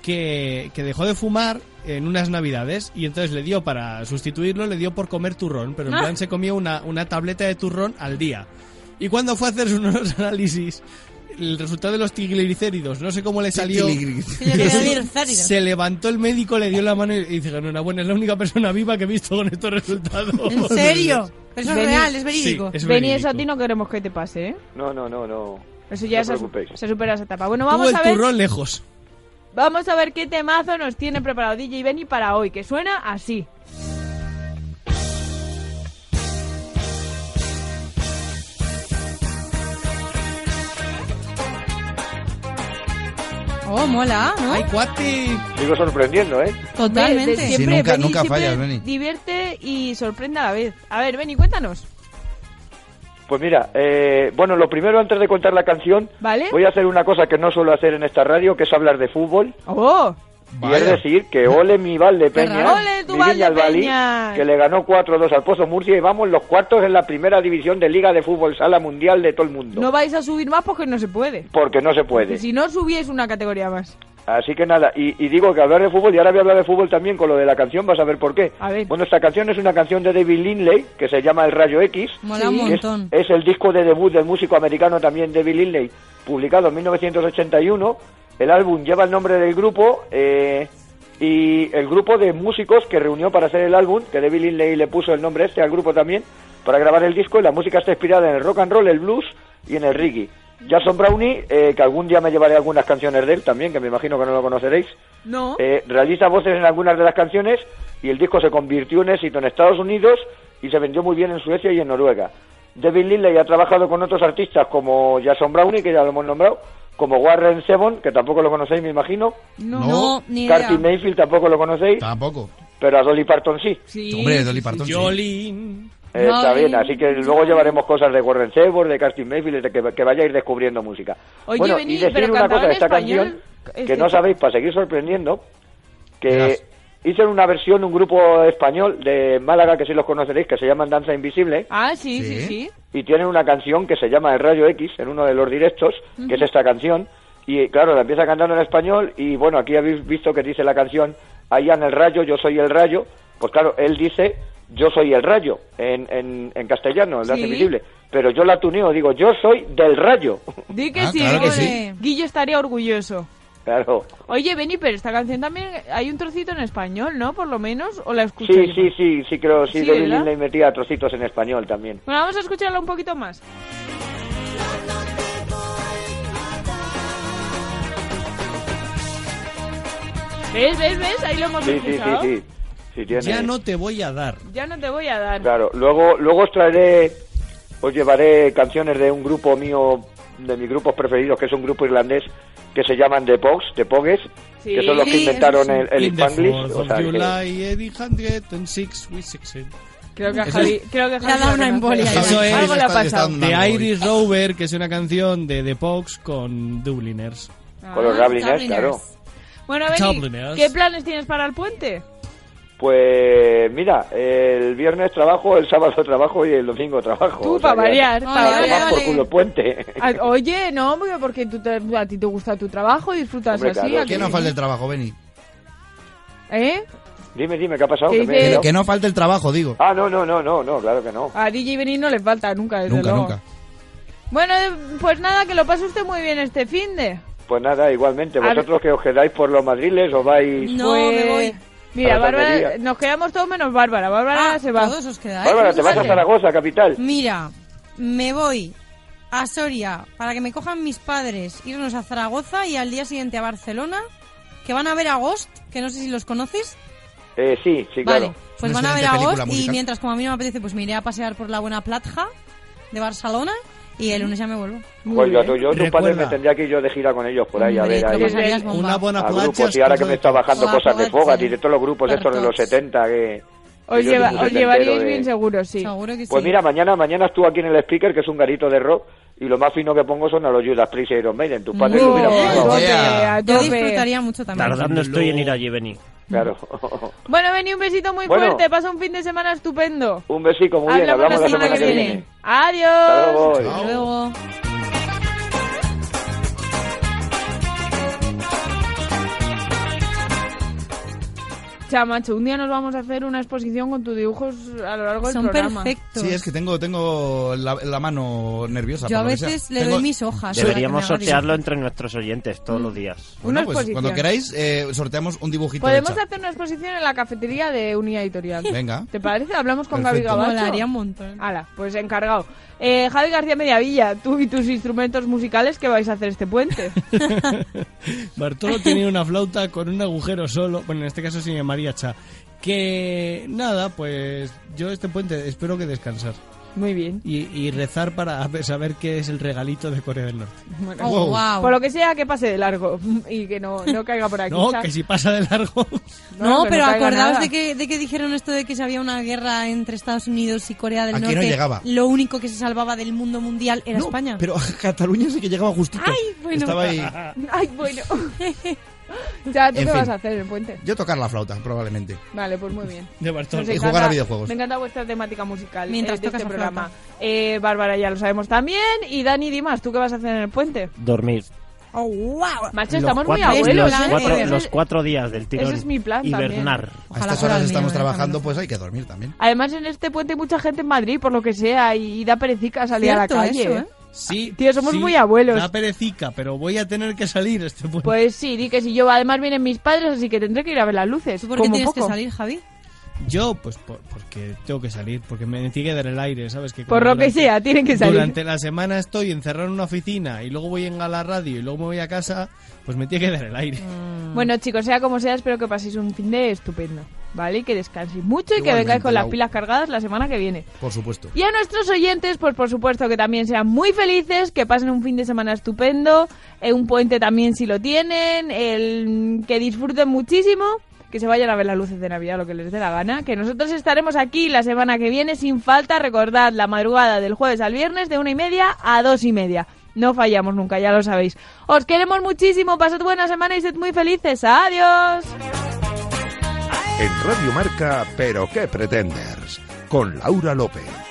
que, que dejó de fumar en unas navidades y entonces le dio para sustituirlo, le dio por comer turrón, pero en Ah. plan se comía una, una tableta de turrón al día. Y cuando fue a hacerse unos análisis, el resultado de los triglicéridos, no sé cómo le salió, Sí, yo que tenía se, triglicéridos. se levantó el médico, le dio la mano y dice, enhorabuena, es la única persona viva que he visto con estos resultados. ¿En serio? Eso es Benny- real, es verídico. Sí, es Benny, verídico. eso a ti no queremos que te pase, ¿eh? No, no, no, no. Eso ya No se, os preocupéis. se supera esa etapa. Bueno, Tuvo vamos el a ver. turrón lejos. Vamos a ver qué temazo nos tiene preparado D J Benny para hoy, que suena así. Oh, mola, ¿no? ¡Ay, cuati! Sigo sorprendiendo, ¿eh? Totalmente. De- de- siempre, Sí, nunca- Beni nunca siempre fallas, Beni. divierte y sorprende a la vez. A ver, Beni, cuéntanos. Pues mira, eh, bueno, lo primero antes de contar la canción, ¿Vale? voy a hacer una cosa que no suelo hacer en esta radio, que es hablar de fútbol. ¡Oh! Y es decir, que ole mi Valdepeñas, ¡Ole tu mi Viña al Bali, Valdepeñas! que le ganó cuatro dos al Pozo Murcia y vamos los cuartos en la primera división de Liga de Fútbol Sala Mundial de todo el mundo. No vais a subir más porque no se puede. Porque no se puede. Si no, subíais una categoría más. Así que nada, y, y digo que hablar de fútbol, y ahora voy a hablar de fútbol también con lo de la canción, vas a ver por qué. A ver. Bueno, esta canción es una canción de David Lindley, que se llama El Rayo X. Mola un que es- montón. Es, el disco de debut del músico americano también David Lindley, publicado en mil novecientos ochenta y uno. El álbum lleva el nombre del grupo eh, y el grupo de músicos que reunió para hacer el álbum, que David Lindley le puso el nombre este al grupo también, para grabar el disco, y la música está inspirada en el rock and roll, el blues y en el reggae. Jason Brownie, eh, que algún día me llevaré algunas canciones de él también, que me imagino que no lo conoceréis, No. eh, realiza voces en algunas de las canciones y el disco se convirtió en éxito en Estados Unidos y se vendió muy bien en Suecia y en Noruega. David Lindley ha trabajado con otros artistas como Jason Brownie, que ya lo hemos nombrado, como Warren Zevon, que tampoco lo conocéis, me imagino. No, No, ni idea. Carty Mayfield tampoco lo conocéis, Tampoco. pero a Dolly Parton sí. Sí. Hombre, Dolly Parton. sí. Jolín. Eh, está Ay. bien, así que luego llevaremos cosas de Warren Zevon, de Carty Mayfield, de que, que vayáis descubriendo música. Oye, bueno, Beni, y decir pero una cantaba cosa de en esta español, canción, es que que- no sabéis, para seguir sorprendiendo, que Verás. hicieron una versión, un grupo español de Málaga, que sí los conoceréis, que se llaman Danza Invisible, Ah, sí, sí, Sí. sí. y tienen una canción que se llama El Rayo X, en uno de los directos, que es esta canción, y claro, la empieza cantando en español, y bueno, aquí habéis visto que dice la canción, allá en el rayo, yo soy el rayo, pues claro, él dice, yo soy el rayo, en, en, en castellano, el Danza Sí. Invisible, pero yo la tuneo, digo, yo soy del rayo, Di que Ah, sí, claro que Ole. sí. Guillo estaría orgulloso. claro. Oye, Beni, pero esta canción también hay un trocito en español, ¿no? Por lo menos, ¿o la escuché? Sí, yo? sí, sí, sí, creo, sí, Sí, David ¿verdad? Lindley metía trocitos en español también. Bueno, vamos a escucharla un poquito más. ¿Ves, ves, ves? Ahí lo hemos Sí, sí, sí, escuchado. sí, sí tiene... Ya no te voy a dar. Ya no te voy a dar. Claro, luego, luego os traeré, os llevaré canciones de un grupo mío, de mis grupos preferidos, que es un grupo irlandés, que se llaman The Pogues, The Pogues, Sí. que son los que Sí, inventaron eso sí. el, el In the Spanglish, fourth o of sea, que- July, eight hundred six, we sixteen. Creo que a Eso Javi, es- creo que Le Javi ha dado lo una conoce. embolia. Eso es. Algo le ha Está- está pasado. dando The una Irish Rover, que es una canción de The Pogues con Dubliners. con los Ah, Dubliners, Dubliners. claro. Bueno, Beni, Dubliners. ¿qué planes tienes para el puente? Pues mira, el viernes trabajo, el sábado trabajo y el domingo trabajo. Tú, o sea para que- variar. Vale, pa' vale, variar. Tomar por culo puente. Ah, Oye, no, porque- porque tú te- a ti te gusta tu trabajo y disfrutas Hombre, así. claro. ¿a Que que no sí? falte el trabajo, Beni. ¿Eh? Dime, dime, ¿qué ha pasado? ¿Qué Que me he dice? liado. Que no falte el trabajo, digo. Ah, no, no, no, no, no, claro que no. A D J Beni no le falta nunca, desde Nunca, luego. nunca. Bueno, eh, pues nada, que lo pase usted muy bien este fin de. Pues nada, igualmente, A ver. vosotros que os quedáis por los madriles o vais... No, me voy. Mira, A la Bárbara, tontería. nos quedamos todos menos Bárbara. Bárbara Ah, se va. todos os quedáis. Bárbara, te vas a Fíjate. Zaragoza, capital. Mira, me voy a Soria para que me cojan mis padres, irnos a Zaragoza y al día siguiente a Barcelona, que van a ver a Ghost, que no sé si los conoces. Eh, sí, sí, Vale, claro. pues Una van a ver excelente a película Ghost y musical. mientras como a mí no me apetece, pues me iré a pasear por la buena platja de Barcelona y el lunes ya me vuelvo. Pues yo, yo, tu padre me Recuerda. tendría que ir yo de gira con ellos por ahí, a ver, Hombre, ahí. te pasarías bomba. Una buena A playa. grupos, y ahora que me está bajando Hola, cosas de Fogat, Fogat sí. y de todos los grupos estos de los Perfecto. setenta que... Os, que yo lleva- soy muy os setentero llevaríais de- bien seguro, sí. Seguro que sí. Pues mira, mañana mañana estuvo aquí en el speaker, que es un garito de rock, y lo más fino que pongo son a los Judas Priest y Iron Maiden. Tus padres lo hubieran Oh, a flipado. tope, Yeah. a Yo tope. disfrutaría mucho también. Tardando estoy en ir allí, Beni. Claro. Bueno, vení, un besito muy Bueno. fuerte. Pasa un fin de semana estupendo. Un besico, muy bien, hablamos la semana que viene. Adiós. Hasta luego. Hasta luego. Chamacho, un día nos vamos a hacer una exposición con tus dibujos a lo largo del Son programa. perfectos. Sí, es que tengo, tengo la, la mano nerviosa. Yo a por lo que veces sea. le Tengo- doy mis hojas. Deberíamos para que me haga sortearlo entre nuestros oyentes todos los días. Bueno, Una pues exposición. cuando queráis, eh, sorteamos un dibujito Podemos hecho. hacer una exposición en la cafetería de Unidad Editorial. Venga. ¿Te parece? Hablamos con Perfecto. Gaby Gabacho. Molaría un montón. Hala, pues encargado. Eh, Javi García Mediavilla, tú y tus instrumentos musicales, ¿qué vais a hacer este puente? Bartolo tenía una flauta con un agujero solo. Bueno, en este caso se llamaría Cha. Que nada, pues yo este puente espero que descansar. Muy bien. Y, y rezar para saber qué es el regalito de Corea del Norte. Bueno, Oh, wow. Por lo que sea, que pase de largo y que no, no caiga por aquí. No, ¿sabes? que si pasa de largo... No, que pero no caiga acordaos nada. de que, de que dijeron esto de que si había una guerra entre Estados Unidos y Corea del Aquí no Norte. llegaba. Lo único que se salvaba del mundo mundial era No, España. Pero a Cataluña sí que llegaba justito. Ay, bueno. Estaba ahí... Ay, bueno. Ya, ¿tú En qué fin. vas a hacer en el puente? Yo tocar la flauta, probablemente. Vale, pues muy bien. De Bartol. Nos Y encanta- jugar a videojuegos. Me encanta vuestra temática musical Mientras eh, de tocas este la flauta. programa. Eh, Bárbara, ya lo sabemos también. Y Dani, Dimas, ¿tú qué vas a hacer en el puente? Dormir. Oh, wow. Macho, Los estamos muy cuatro- abuelos, los ¿eh? cuatro, Ese- los cuatro días del tirón. ese es mi plan también. Hibernar. A estas horas estamos trabajando, pues hay que dormir también. Además, en este puente hay mucha gente en Madrid, por lo que sea, y da perecica salir a la Cierto calle. eso, ¿eh? Sí, Tío, somos sí, muy abuelos. Da perecica, pero voy a tener que salir este puente. Pues sí, di que si yo, además vienen mis padres, así que tendré que ir a ver las luces. ¿Tú por qué como tienes poco. que salir, Javi? Yo, pues por- porque tengo que salir, porque me tiene que dar el aire, ¿sabes? Que Por como lo que durante- sea, tienen que salir. Durante la semana estoy encerrado en una oficina y luego voy en a la radio y luego me voy a casa, pues me tiene que dar el aire. Bueno, chicos, sea como sea, espero que paséis un fin de estupendo, ¿vale? Y que descanséis mucho y que Igualmente, vengáis con las Lau. pilas cargadas la semana que viene. Por supuesto. Y a nuestros oyentes, pues por supuesto que también sean muy felices, que pasen un fin de semana estupendo, eh, un puente también si lo tienen, el que disfruten muchísimo, que se vayan a ver las luces de Navidad, lo que les dé la gana, que nosotros estaremos aquí la semana que viene sin falta, recordad, la madrugada del jueves al viernes de una y media a dos y media. No fallamos nunca, ya lo sabéis. Os queremos muchísimo, pasad buena semana y sed muy felices. ¡Adiós! En Radio Marca, Pero qué pretenders, con Laura López.